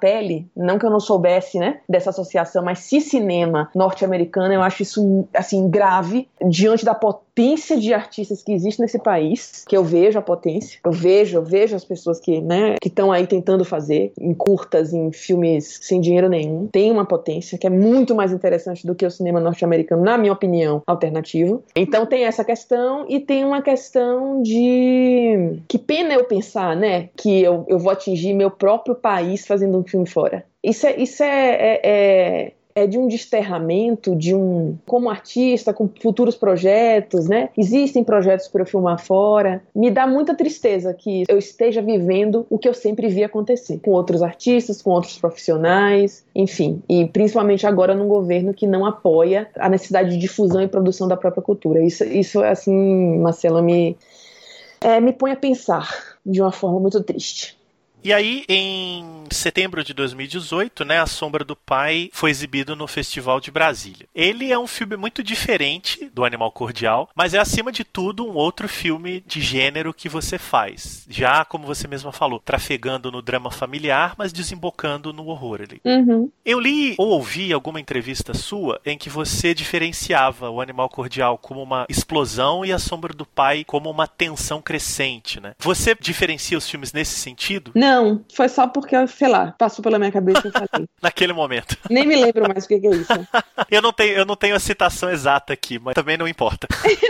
filme, não que eu não soubesse, né, dessa associação, mas se cinema norte-americano, eu acho isso, assim, grave, diante da potência de artistas que existe nesse país, que eu vejo a potência, eu vejo, eu vejo as pessoas que, né, que estão aí tentando fazer, em curtas, em filmes sem dinheiro nenhum, tem uma potência que é muito mais interessante do que o cinema norte-americano, na minha opinião, alternativo. Então tem essa questão, e tem uma questão de... que pena eu pensar, né, que eu, eu vou atingir meu próprio país fazendo um filme fora. Isso é... Isso é, é, é... é de um desterramento, de um... como artista, com futuros projetos, né? Existem projetos para eu filmar fora. Me dá muita tristeza que eu esteja vivendo o que eu sempre vi acontecer. Com outros artistas, com outros profissionais, enfim. E principalmente agora num governo que não apoia a necessidade de difusão e produção da própria cultura. Isso, isso assim, Marcela, me, é, me põe a pensar de uma forma muito triste. E aí, em setembro de dois mil e dezoito, né, A Sombra do Pai foi exibido no Festival de Brasília. Ele é um filme muito diferente do Animal Cordial, mas é, acima de tudo, um outro filme de gênero que você faz. Já, como você mesma falou, trafegando no drama familiar, mas desembocando no horror ali. Uhum. Eu li ou ouvi alguma entrevista sua em que você diferenciava o Animal Cordial como uma explosão e A Sombra do Pai como uma tensão crescente, né? Você diferencia os filmes nesse sentido? Não. Não, foi só porque, sei lá, passou pela minha cabeça e eu falei. Naquele momento. Nem me lembro mais o que, que é isso. eu, não tenho, eu não tenho a citação exata aqui, mas também não importa.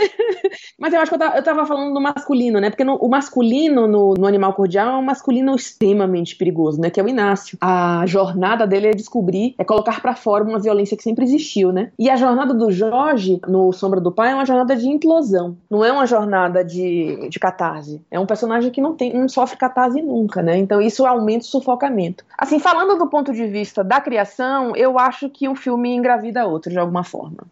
Mas eu acho que eu tava, eu tava falando do masculino, né? Porque no, o masculino no, no Animal Cordial é um masculino extremamente perigoso, né? Que é o Inácio. A jornada dele é descobrir, é colocar pra fora uma violência que sempre existiu, né? E a jornada do Jorge, no Sombra do Pai, é uma jornada de implosão. Não é uma jornada de, de catarse. É um personagem que não, tem, não sofre catarse nunca, né? Então isso aumenta o sufocamento. Assim, falando do ponto de vista da criação, eu acho que um filme engravida outro, de alguma forma.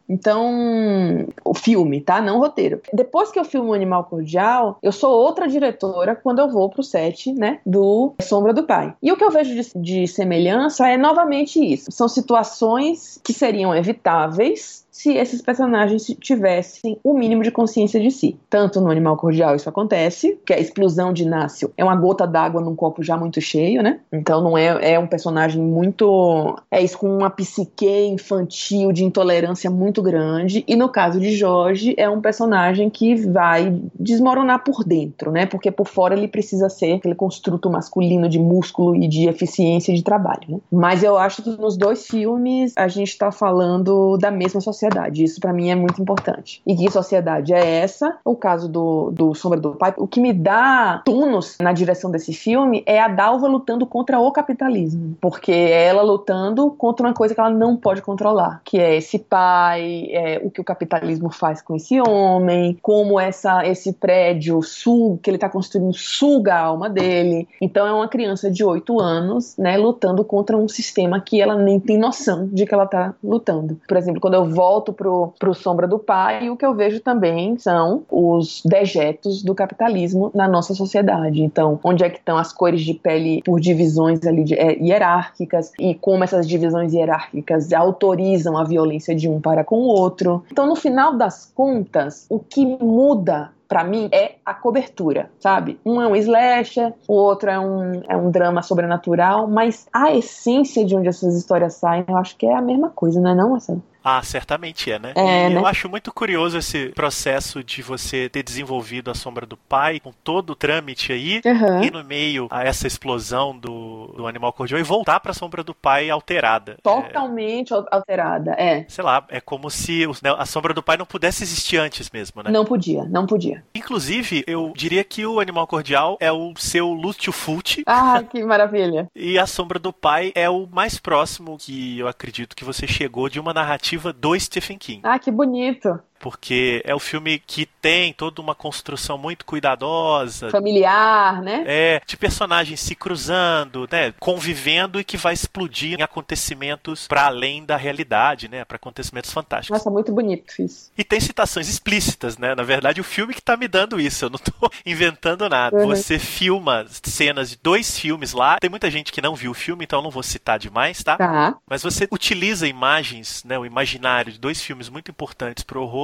Então, o filme, tá? Não o roteiro. Depois que eu filmo o Animal Cordial, eu sou outra diretora quando eu vou pro set, né, do Sombra do Pai. E o que eu vejo de, de semelhança é novamente isso. São situações que seriam evitáveis se esses personagens tivessem o mínimo de consciência de si. Tanto no Animal Cordial isso acontece, que a explosão de Inácio é uma gota d'água num copo já muito cheio, né? Então não é, é um personagem muito... é isso, com uma psique infantil de intolerância muito grande. E no caso de Jorge, é um personagem que vai desmoronar por dentro, né? Porque por fora ele precisa ser aquele construto masculino de músculo e de eficiência de trabalho, né? Mas eu acho que nos dois filmes a gente tá falando da mesma sociedade. Isso pra mim é muito importante. E que sociedade é essa? O caso do, do Sombra do Pai. O que me dá tônus na direção desse filme é a Dalva lutando contra o capitalismo. Porque é ela lutando contra uma coisa que ela não pode controlar. Que é esse pai, é, o que o capitalismo faz com esse homem, como essa, esse prédio suga, que ele tá construindo suga a alma dele. Então é uma criança de oito anos, né, lutando contra um sistema que ela nem tem noção de que ela tá lutando. Por exemplo, quando eu volto volto pro, pro Sombra do Pai, e o que eu vejo também são os dejetos do capitalismo na nossa sociedade. Então, onde é que estão as cores de pele por divisões ali de, é, hierárquicas, e como essas divisões hierárquicas autorizam a violência de um para com o outro. Então, no final das contas, o que muda pra mim é a cobertura, sabe? Um é um slasher, o outro é um, é um drama sobrenatural, mas a essência de onde essas histórias saem, eu acho que é a mesma coisa, não é não, Marcelo? Ah, certamente é, né? É, e né? eu acho muito curioso esse processo de você ter desenvolvido A Sombra do Pai, com todo o trâmite aí, Uhum. e no meio a essa explosão do, do Animal Cordial, e voltar pra Sombra do Pai alterada. Totalmente é, alterada, é. Sei lá, é como se né, A Sombra do Pai não pudesse existir antes mesmo, né? Não podia, não podia. Inclusive, eu diria que o Animal Cordial é o seu Lúcio-Fult. Ah, que maravilha. E A Sombra do Pai é o mais próximo que eu acredito que você chegou de uma narrativa do Stephen King. Ah, que bonito. Porque é o filme que tem toda uma construção muito cuidadosa. Familiar, né? É, de personagens se cruzando, né? Convivendo e que vai explodir em acontecimentos para além da realidade, né? Para acontecimentos fantásticos. Nossa, muito bonito isso. E tem citações explícitas, né? Na verdade, o filme que tá me dando isso. Eu não tô inventando nada. Uhum. Você filma cenas de dois filmes lá. Tem muita gente que não viu o filme, então eu não vou citar demais, tá? Tá. Mas você utiliza imagens, né? O imaginário de dois filmes muito importantes pro horror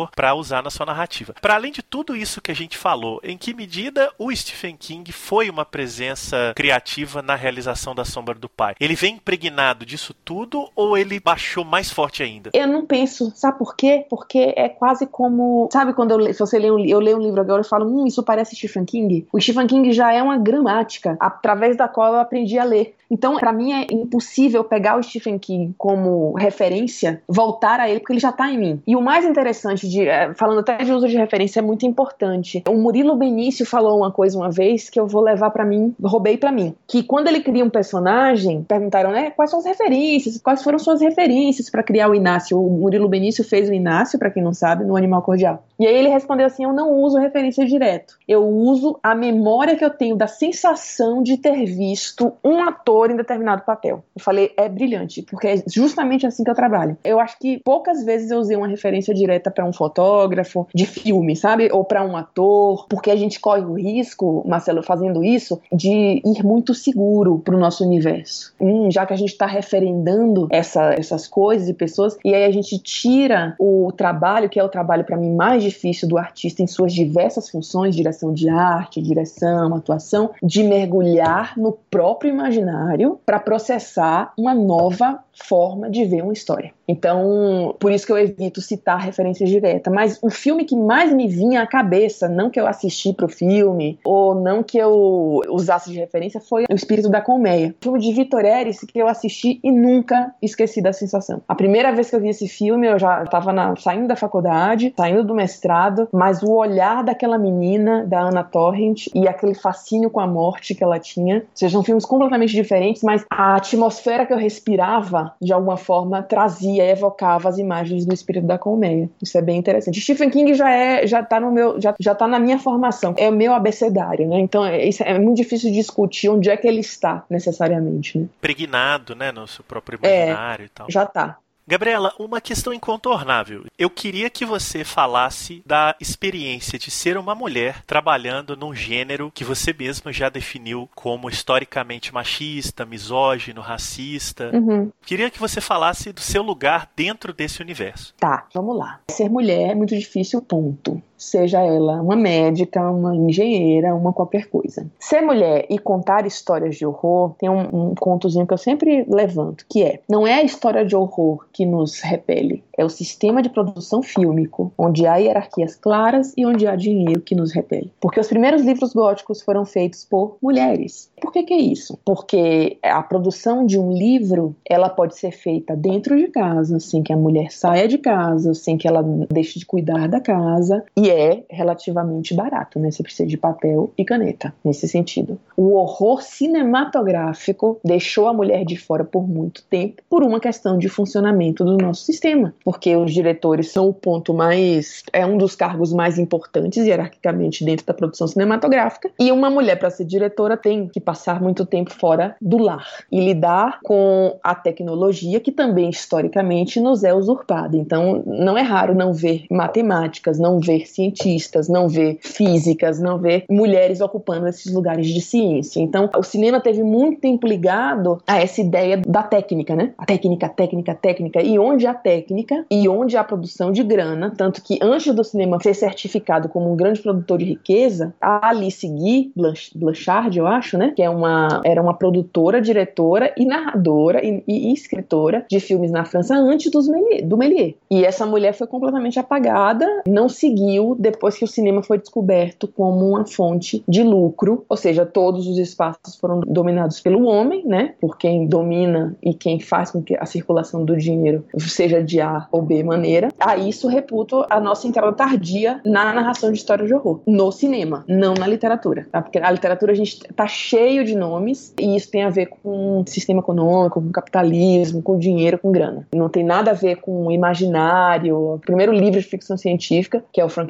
para usar na sua narrativa. Para além de tudo isso que a gente falou, em que medida o Stephen King foi uma presença criativa na realização da Sombra do Pai? Ele vem impregnado disso tudo ou ele baixou mais forte ainda? Eu não penso, sabe por quê? Porque é quase como, sabe quando eu, se você lê um, eu leio um livro agora e falo, hum, isso parece Stephen King? O Stephen King já é uma gramática através da qual eu aprendi a ler. Então, pra mim é impossível pegar o Stephen King como referência, voltar a ele, porque ele já tá em mim. E o mais interessante, de, falando até de uso de referência, é muito importante. O Murilo Benício falou uma coisa uma vez que eu vou levar pra mim, roubei pra mim, que quando ele cria um personagem, perguntaram, né, quais são as referências, quais foram suas referências pra criar o Inácio. O Murilo Benício fez o Inácio, pra quem não sabe, no Animal Cordial. E aí ele respondeu assim, eu não uso referência direto. Eu uso a memória que eu tenho da sensação de ter visto um ator em determinado papel. Eu falei, é brilhante, porque é justamente assim que eu trabalho. Eu acho que poucas vezes eu usei uma referência direta pra um fotógrafo de filme, sabe? Ou pra um ator, porque a gente corre o risco, Marcelo, fazendo isso, de ir muito seguro pro nosso universo. Hum, já que a gente tá referendando essa, essas coisas e pessoas, e aí a gente tira o trabalho, que é o trabalho pra mim mais difícil do artista em suas diversas funções, direção de arte, direção, atuação, de mergulhar no próprio imaginário para processar uma nova forma de ver uma história. Então, por isso que eu evito citar referências diretas, mas o filme que mais me vinha à cabeça, não que eu assisti pro filme, ou não que eu usasse de referência, foi O Espírito da Colmeia. O filme de Victor Erice que eu assisti e nunca esqueci da sensação. A primeira vez que eu vi esse filme, eu já estava saindo da faculdade, saindo do mestrado, mas o olhar daquela menina, da Anna Torrent, e aquele fascínio com a morte que ela tinha, sejam filmes completamente diferentes, mas a atmosfera que eu respirava, de alguma forma, trazia, evocava as imagens do Espírito da Colmeia. Isso é bem interessante. Stephen King já é, já tá no meu, já, já tá na minha formação. É o meu abecedário, né? Então é, isso é muito difícil discutir onde é que ele está, necessariamente, né? Pregnado, né? No seu próprio imaginário é, e tal. Já tá. Gabriela, uma questão incontornável. Eu queria que você falasse da experiência de ser uma mulher trabalhando num gênero que você mesma já definiu como historicamente machista, misógino, racista. Uhum. Queria que você falasse do seu lugar dentro desse universo. Tá, vamos lá. Ser mulher é muito difícil, ponto. Seja ela uma médica, uma engenheira, uma qualquer coisa. Ser mulher e contar histórias de horror, tem um, um contozinho que eu sempre levanto, que é, não é a história de horror que nos repele, é o sistema de produção fílmico, onde há hierarquias claras e onde há dinheiro que nos repele. Porque os primeiros livros góticos foram feitos por mulheres. Por que que é isso? Porque a produção de um livro, ela pode ser feita dentro de casa, sem que a mulher saia de casa, sem que ela deixe de cuidar da casa, e é relativamente barato, né? Você precisa de papel e caneta, nesse sentido. O horror cinematográfico deixou a mulher de fora por muito tempo, por uma questão de funcionamento do nosso sistema, porque os diretores são o ponto mais, é um dos cargos mais importantes hierarquicamente dentro da produção cinematográfica, e uma mulher, para ser diretora, tem que passar muito tempo fora do lar e lidar com a tecnologia que também historicamente nos é usurpada. Então não é raro não ver matemáticas, não ver cientistas, não ver físicas, não ver mulheres ocupando esses lugares de ciência. Então o cinema teve muito tempo ligado a essa ideia da técnica, né? A técnica, técnica, técnica, e onde a técnica e onde a produção de grana, tanto que antes do cinema ser certificado como um grande produtor de riqueza, a Alice Guy Blanchard, eu acho, né? Que é uma, era uma produtora, diretora e narradora e, e escritora de filmes na França antes dos Méliès, do Méliès. E essa mulher foi completamente apagada, não seguiu depois que o cinema foi descoberto como uma fonte de lucro, ou seja, todos os espaços foram dominados pelo homem, né? Por quem domina e quem faz com que a circulação do dinheiro seja de A ou B maneira. A isso reputo a nossa entrada tardia na narração de histórias de horror, no cinema, não na literatura, tá? Porque a literatura a gente tá cheio de nomes e isso tem a ver com sistema econômico, com capitalismo, com dinheiro, com grana. Não tem nada a ver com o imaginário. O primeiro livro de ficção científica, que é o Frankenstein,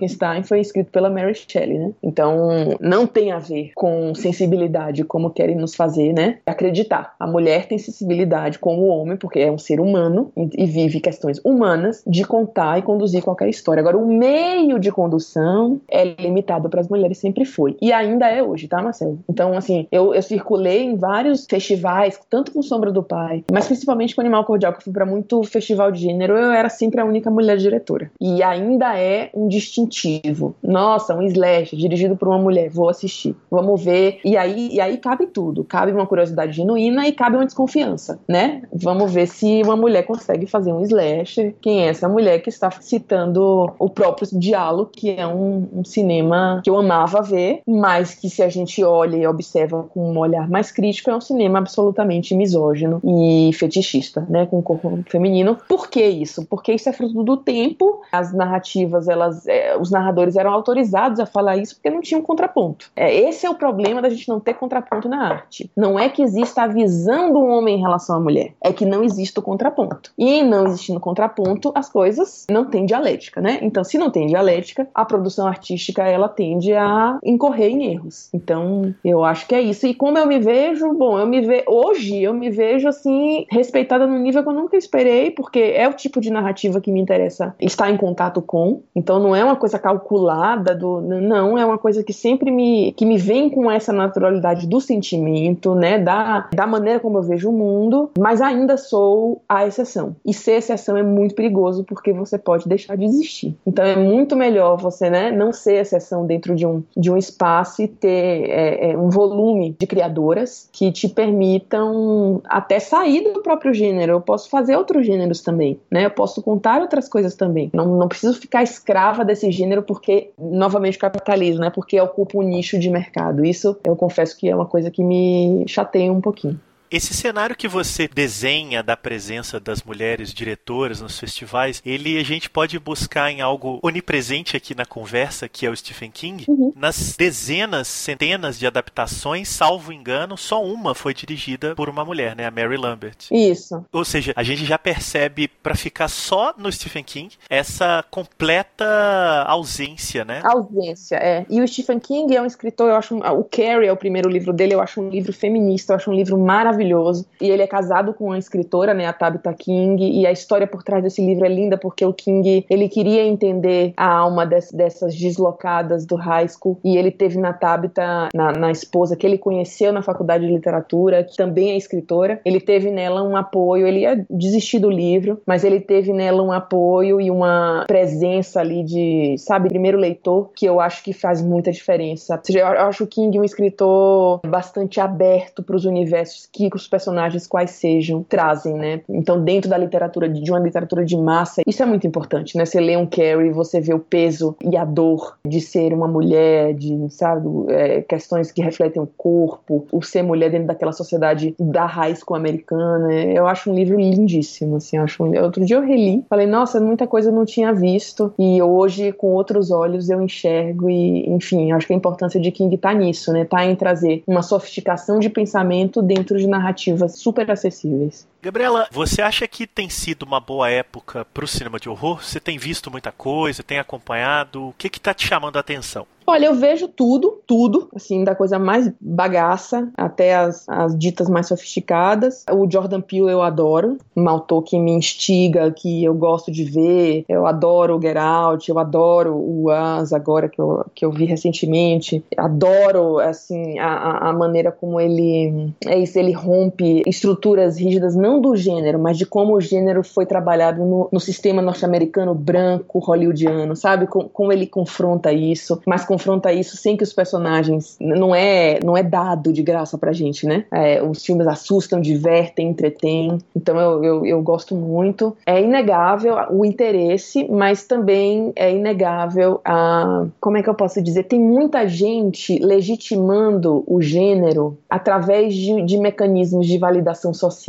Frankenstein foi escrito pela Mary Shelley, né? Então, não tem a ver com sensibilidade, como querem nos fazer, né? Acreditar. A mulher tem sensibilidade como o homem, porque é um ser humano e vive questões humanas de contar e conduzir qualquer história. Agora, o meio de condução é limitado para as mulheres, sempre foi. E ainda é hoje, tá, Marcelo? Então, assim, eu, eu circulei em vários festivais, tanto com Sombra do Pai, mas principalmente com Animal Cordial, que eu fui para muito festival de gênero, eu era sempre a única mulher diretora. E ainda é um distintivo. Nossa, um slash dirigido por uma mulher, vou assistir, vamos ver. E aí, e aí cabe tudo. Cabe uma curiosidade genuína e cabe uma desconfiança, né? Vamos ver se uma mulher consegue fazer um slasher. Quem é essa mulher que está citando o próprio diálogo, que é um, um cinema que eu amava ver, mas que, se a gente olha e observa com um olhar mais crítico, é um cinema absolutamente misógino e fetichista, né? Com o corpo feminino. Por que isso? Porque isso é fruto do tempo. As narrativas, elas, é, os narradores eram autorizados a falar isso porque não tinham contraponto. É, esse é o problema da gente não ter contraponto na arte. Não é que exista a visão do homem em relação à mulher, é que não existe o contraponto. E não existindo contraponto, as coisas não têm dialética, né? Então, se não tem dialética, a produção artística, ela tende a incorrer em erros. Então, eu acho que é isso. E como eu me vejo, bom, eu me vejo, hoje eu me vejo, assim, respeitada num nível que eu nunca esperei, porque é o tipo de narrativa que me interessa estar em contato com. Então, não é uma coisa calculada, do, não, é uma coisa que sempre me, que me vem com essa naturalidade do sentimento, né, da, da maneira como eu vejo o mundo, mas ainda sou a exceção. E ser exceção é muito perigoso, porque você pode deixar de existir. Então, é muito melhor você, né, não ser exceção dentro de um, de um espaço e ter é, é, um volume de criadoras que te permitam até sair do próprio gênero. Eu posso fazer outros gêneros também, né? Eu posso contar outras coisas também. Não, não preciso ficar escrava desse gênero porque, novamente, o capitalismo, né? Porque ocupa um nicho de mercado. Isso, eu confesso que é uma coisa que me chateia um pouquinho. Esse cenário que você desenha da presença das mulheres diretoras nos festivais, ele a gente pode buscar em algo onipresente aqui na conversa, que é o Stephen King. Uhum. Nas dezenas, centenas de adaptações, salvo engano, só uma foi dirigida por uma mulher, né? A Mary Lambert. Isso. Ou seja, a gente já percebe, para ficar só no Stephen King, essa completa ausência, né? Ausência, é. E o Stephen King é um escritor, eu acho, o Carrie é o primeiro livro dele, eu acho um livro feminista, eu acho um livro maravilhoso. Maravilhoso. E ele é casado com uma escritora, né, a Tabitha King, e a história por trás desse livro é linda porque o King, ele queria entender a alma des, dessas deslocadas do high school, e ele teve na Tabitha, na, na esposa que ele conheceu na faculdade de literatura, que também é escritora, ele teve nela um apoio, ele ia desistir do livro, mas ele teve nela um apoio e uma presença ali de, sabe, primeiro leitor, que eu acho que faz muita diferença. Ou seja, eu acho o King um escritor bastante aberto para os universos que os personagens, quais sejam, trazem, né? Então, dentro da literatura, de uma literatura de massa, isso é muito importante, né? Você lê um Carrie, você vê o peso e a dor de ser uma mulher, de, sabe, é, questões que refletem o corpo, o ser mulher dentro daquela sociedade da high school americana. Eu acho um livro lindíssimo, assim, eu acho um... Outro dia eu reli, falei, nossa, muita coisa eu não tinha visto, e hoje, com outros olhos, eu enxergo, e, enfim, acho que a importância de King tá nisso, né? Tá em trazer uma sofisticação de pensamento dentro de narrativas super acessíveis. Gabriela, você acha que tem sido uma boa época para o cinema de horror? Você tem visto muita coisa, tem acompanhado? O que que tá te chamando a atenção? Olha, eu vejo tudo, tudo, assim, da coisa mais bagaça até as, as ditas mais sofisticadas. O Jordan Peele eu adoro, um autor que me instiga, que eu gosto de ver. Eu adoro o Get Out, eu adoro o Us agora, que eu, que eu vi recentemente. Adoro, assim, a, a maneira como ele, é isso, ele rompe estruturas rígidas, não do gênero, mas de como o gênero foi trabalhado no, no sistema norte-americano branco, hollywoodiano, sabe? Com, como ele confronta isso, mas confronta isso sem que os personagens, não é, não é dado de graça pra gente, né? É, os filmes assustam, divertem, entretêm, então eu, eu, eu gosto muito. É inegável o interesse, mas também é inegável a, como é que eu posso dizer, tem muita gente legitimando o gênero através de, de mecanismos de validação social, tipo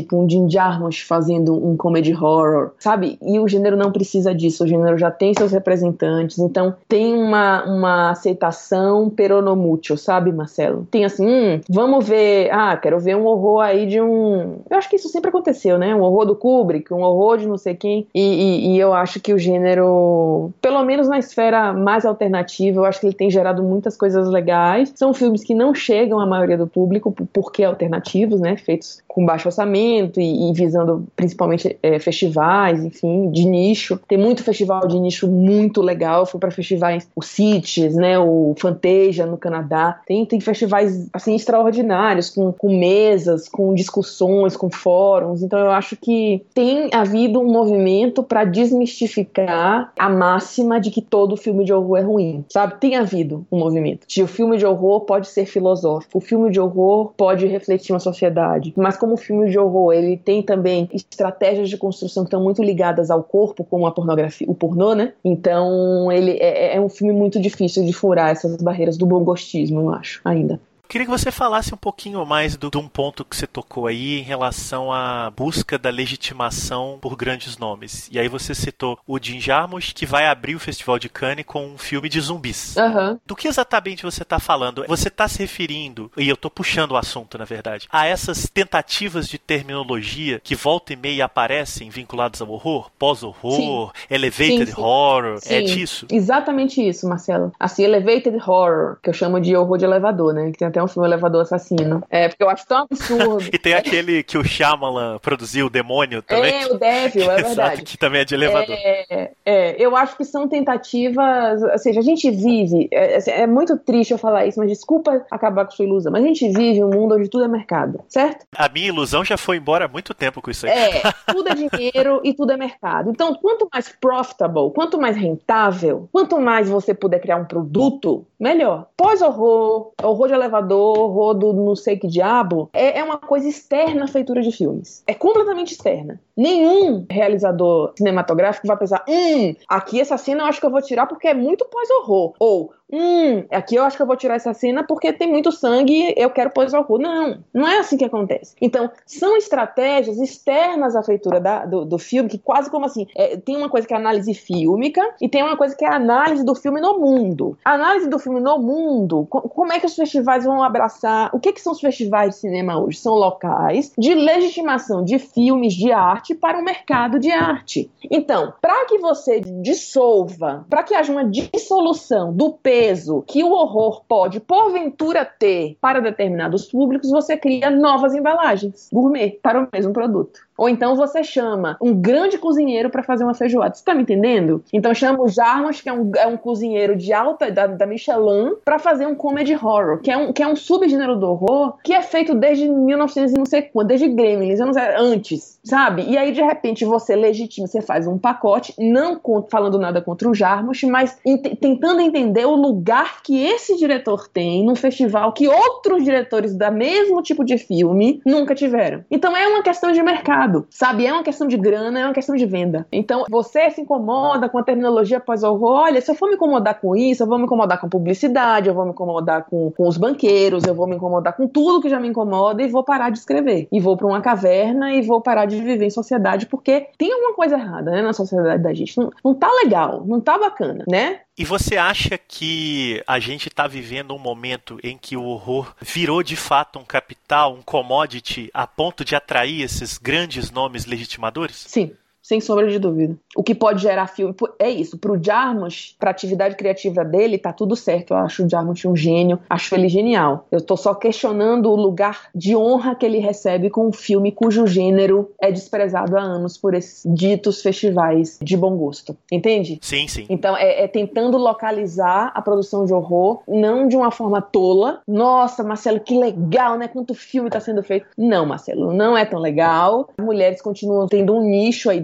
tipo um Jim Jarmusch fazendo um comedy horror, sabe? E o gênero não precisa disso, o gênero já tem seus representantes, então tem uma, uma aceitação peronomútil, sabe, Marcelo? Tem assim, hum, vamos ver, ah, quero ver um horror aí de um... Eu acho que isso sempre aconteceu, né? Um horror do Kubrick, um horror de não sei quem, e, e, e eu acho que o gênero, pelo menos na esfera mais alternativa, eu acho que ele tem gerado muitas coisas legais. São filmes que não chegam à maioria do público, porque alternativos, né? Feitos com baixo orçamento e, e visando principalmente é, festivais, enfim, de nicho. Tem muito festival de nicho muito legal. Eu fui para festivais, o Cities, né? O Fantasia no Canadá. Tem, tem festivais, assim, extraordinários, com, com mesas, com discussões, com fóruns. Então eu acho que tem havido um movimento para desmistificar a máxima de que todo filme de horror é ruim, sabe? Tem havido um movimento de o filme de horror pode ser filosófico, o filme de horror pode refletir uma sociedade, mas como o filme de horror ele tem também estratégias de construção que estão muito ligadas ao corpo, como a pornografia, o pornô, né? Então ele é, é um filme muito difícil de furar essas barreiras do bom gostismo, eu acho, ainda. Queria que você falasse um pouquinho mais do, de um ponto que você tocou aí em relação à busca da legitimação por grandes nomes. E aí você citou o Jim Jarmusch, que vai abrir o Festival de Cannes com um filme de zumbis. Uhum. Do que exatamente você está falando? Você está se referindo, e eu estou puxando o assunto, na verdade, a essas tentativas de terminologia que volta e meia aparecem vinculadas ao horror? Pós-horror, sim. Elevated sim, sim. Horror, sim. É disso? Exatamente isso, Marcelo. Assim, Elevated Horror, que eu chamo de horror de elevador, né? Que tem até um filme Elevador Assassino. É, porque eu acho tão absurdo. E tem aquele que o Shyamalan produziu, o Demônio, também. É, o Devil, é verdade. Exato, que também é de elevador. É, é, eu acho que são tentativas, ou seja, a gente vive, é, é muito triste eu falar isso, mas desculpa acabar com sua ilusão, mas a gente vive um mundo onde tudo é mercado, certo? A minha ilusão já foi embora há muito tempo com isso aí. É, tudo é dinheiro e tudo é mercado. Então, quanto mais profitable, quanto mais rentável, quanto mais você puder criar um produto, melhor. Pós-horror, horror de elevador, horror do não sei que diabo, é, é uma coisa externa à feitura de filmes. É completamente externa. Nenhum realizador cinematográfico vai pensar, hum, aqui essa cena eu acho que eu vou tirar porque é muito pós-horror. Ou, hum, aqui eu acho que eu vou tirar essa cena porque tem muito sangue, eu quero pós-horror. Não, não é assim que acontece. Então, são estratégias externas à feitura da, do, do filme, que quase como assim, é, tem uma coisa que é análise fílmica e tem uma coisa que é a análise do filme no mundo. A análise do filme no mundo, co- como é que os festivais vão abraçar, o que, que são os festivais de cinema hoje? São locais de legitimação de filmes de arte para o mercado de arte. Então, para que você dissolva, para que haja uma dissolução do peso que o horror pode, porventura, ter para determinados públicos, você cria novas embalagens gourmet para o mesmo produto. Ou então você chama um grande cozinheiro para fazer uma feijoada. Você tá me entendendo? Então chama o Jarmusch, que é um, é um cozinheiro de alta, da, da Michelin, para fazer um comedy horror, que é um, que é um subgênero do horror que é feito desde mil e novecentos e não sei quando, desde Gremlins, eu não sei, antes, sabe? E aí de repente você legitima, você faz um pacote, não falando nada contra o Jarmusch, mas ent- tentando entender o lugar que esse diretor tem num festival que outros diretores da mesmo tipo de filme nunca tiveram. Então é uma questão de mercado. Sabe, é uma questão de grana, é uma questão de venda. Então, você se incomoda com a terminologia pós-horror. Olha, se eu for me incomodar com isso, eu vou me incomodar com publicidade, eu vou me incomodar com, com os banqueiros, eu vou me incomodar com tudo que já me incomoda e vou parar de escrever. E vou pra uma caverna e vou parar de viver em sociedade, porque tem alguma coisa errada, né, na sociedade da gente. Não, não tá legal, não tá bacana, né? E você acha que a gente está vivendo um momento em que o horror virou de fato um capital, um commodity, a ponto de atrair esses grandes nomes legitimadores? Sim. Sem sombra de dúvida. O que pode gerar filme é isso. Pro Jarmusch, pra atividade criativa dele, tá tudo certo. Eu acho o Jarmusch um gênio, acho ele genial. Eu tô só questionando o lugar de honra que ele recebe com um filme cujo gênero é desprezado há anos por esses ditos festivais de bom gosto. Entende? Sim, sim. Então é, é tentando localizar a produção de horror, não de uma forma tola. Nossa, Marcelo, que legal, né? Quanto filme tá sendo feito. Não, Marcelo, não é tão legal. As mulheres continuam tendo um nicho aí dentro.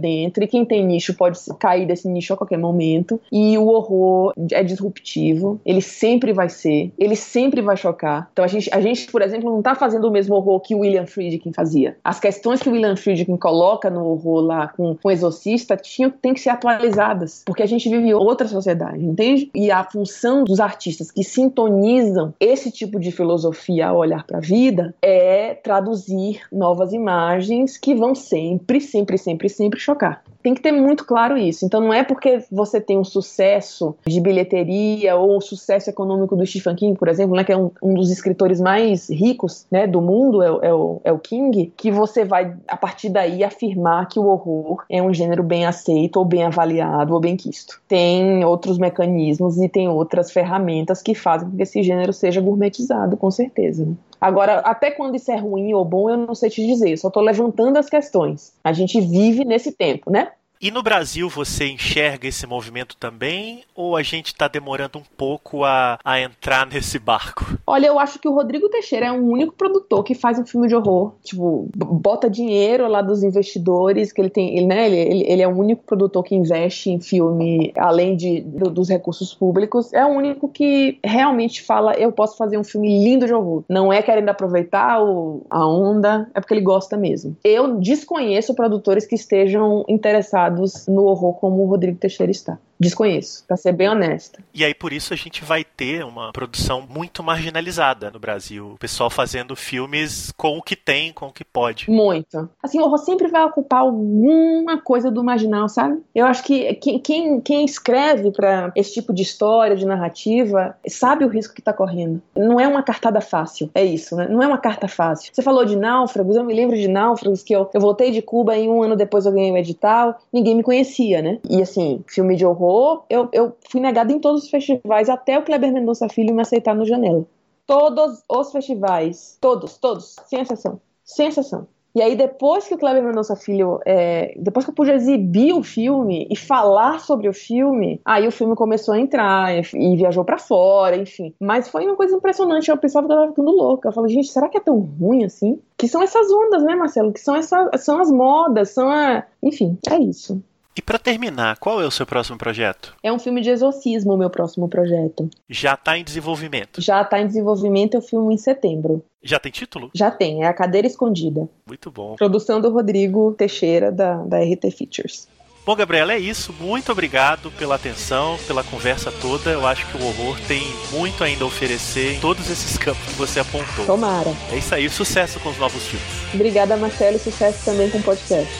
dentro, e quem tem nicho pode cair desse nicho a qualquer momento, e o horror é disruptivo, ele sempre vai ser, ele sempre vai chocar. Então a gente, a gente por exemplo, não tá fazendo o mesmo horror que o William Friedkin fazia. As questões que o William Friedkin coloca no horror lá com o Exorcista tinham, tem que ser atualizadas, porque a gente vive outra sociedade, entende? E a função dos artistas que sintonizam esse tipo de filosofia ao olhar para a vida é traduzir novas imagens que vão sempre, sempre, sempre, sempre chocar. Tem que ter muito claro isso. Então não é porque você tem um sucesso de bilheteria ou um sucesso econômico do Stephen King, por exemplo, né, que é um, um dos escritores mais ricos, né, do mundo, é, é, o, é o King, que você vai, a partir daí, afirmar que o horror é um gênero bem aceito, ou bem avaliado, ou bem quisto. Tem outros mecanismos e tem outras ferramentas que fazem com que esse gênero seja gourmetizado, com certeza, né? Agora, até quando isso é ruim ou bom, eu não sei te dizer, eu só tô levantando as questões. A gente vive nesse tempo, né? E no Brasil você enxerga esse movimento também, ou a gente está demorando um pouco a, a entrar nesse barco? Olha, eu acho que o Rodrigo Teixeira é o único produtor que faz um filme de horror, tipo, bota dinheiro lá dos investidores, que ele tem, ele, né, ele, ele é o único produtor que investe em filme, além de, do, dos recursos públicos, é o único que realmente fala, eu posso fazer um filme lindo de horror. Não é querendo aproveitar o, a onda, é porque ele gosta mesmo. Eu desconheço produtores que estejam interessados no horror como o Rodrigo Teixeira está. Desconheço, pra ser bem honesta. E aí por isso a gente vai ter uma produção muito marginalizada no Brasil. O pessoal fazendo filmes com o que tem, com o que pode. Muito. Assim, o horror sempre vai ocupar alguma coisa do marginal, sabe? Eu acho que quem, quem, quem escreve pra esse tipo de história, de narrativa, sabe o risco que tá correndo. Não é uma cartada fácil, é isso, né? Não é uma carta fácil. Você falou de Náufragos, eu me lembro de Náufragos, que eu, eu voltei de Cuba e um ano depois eu ganhei o edital, ninguém me conhecia, né? E assim, filme de horror, Eu, eu fui negada em todos os festivais, até o Kleber Mendonça Filho me aceitar no Janela. Todos os festivais, todos, todos, sem exceção, sem exceção. E aí depois que o Kleber Mendonça Filho, é, depois que eu pude exibir o filme e falar sobre o filme, aí o filme começou a entrar e, e viajou pra fora, enfim. Mas foi uma coisa impressionante, eu pensava que eu tava ficando louca. Eu falei, gente, será que é tão ruim assim? Que são essas ondas, né, Marcelo? Que são, essa, são as modas, são a... Enfim, é isso. E pra terminar, qual é o seu próximo projeto? É um filme de exorcismo, o meu próximo projeto. Já tá em desenvolvimento? Já tá em desenvolvimento, eu filmo em setembro. Já tem título? Já tem, é A Cadeira Escondida. Muito bom. Produção do Rodrigo Teixeira, da, da R T Features. Bom, Gabriela, é isso. Muito obrigado pela atenção, pela conversa toda. Eu acho que o horror tem muito ainda a oferecer em todos esses campos que você apontou. Tomara. É isso aí, sucesso com os novos filmes. Obrigada, Marcelo, e sucesso também com o podcast.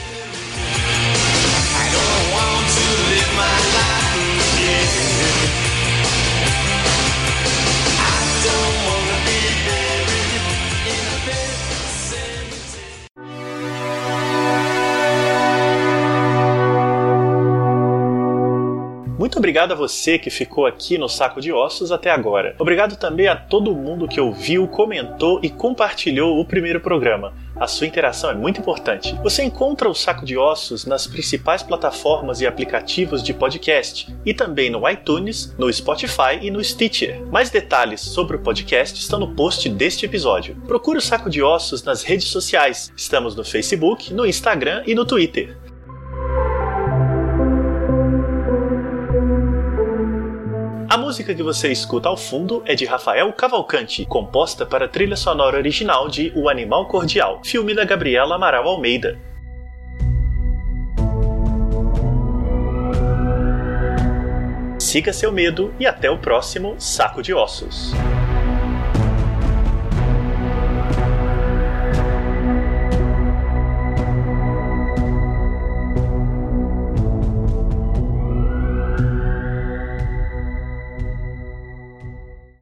Muito obrigado a você que ficou aqui no Saco de Ossos até agora. Obrigado também a todo mundo que ouviu, comentou e compartilhou o primeiro programa. A sua interação é muito importante. Você encontra o Saco de Ossos nas principais plataformas e aplicativos de podcast e também no iTunes, no Spotify e no Stitcher. Mais detalhes sobre o podcast estão no post deste episódio. Procure o Saco de Ossos nas redes sociais. Estamos no Facebook, no Instagram e no Twitter. A música que você escuta ao fundo é de Rafael Cavalcante, composta para a trilha sonora original de O Animal Cordial, filme da Gabriela Amaral Almeida. Siga seu medo e até o próximo Saco de Ossos.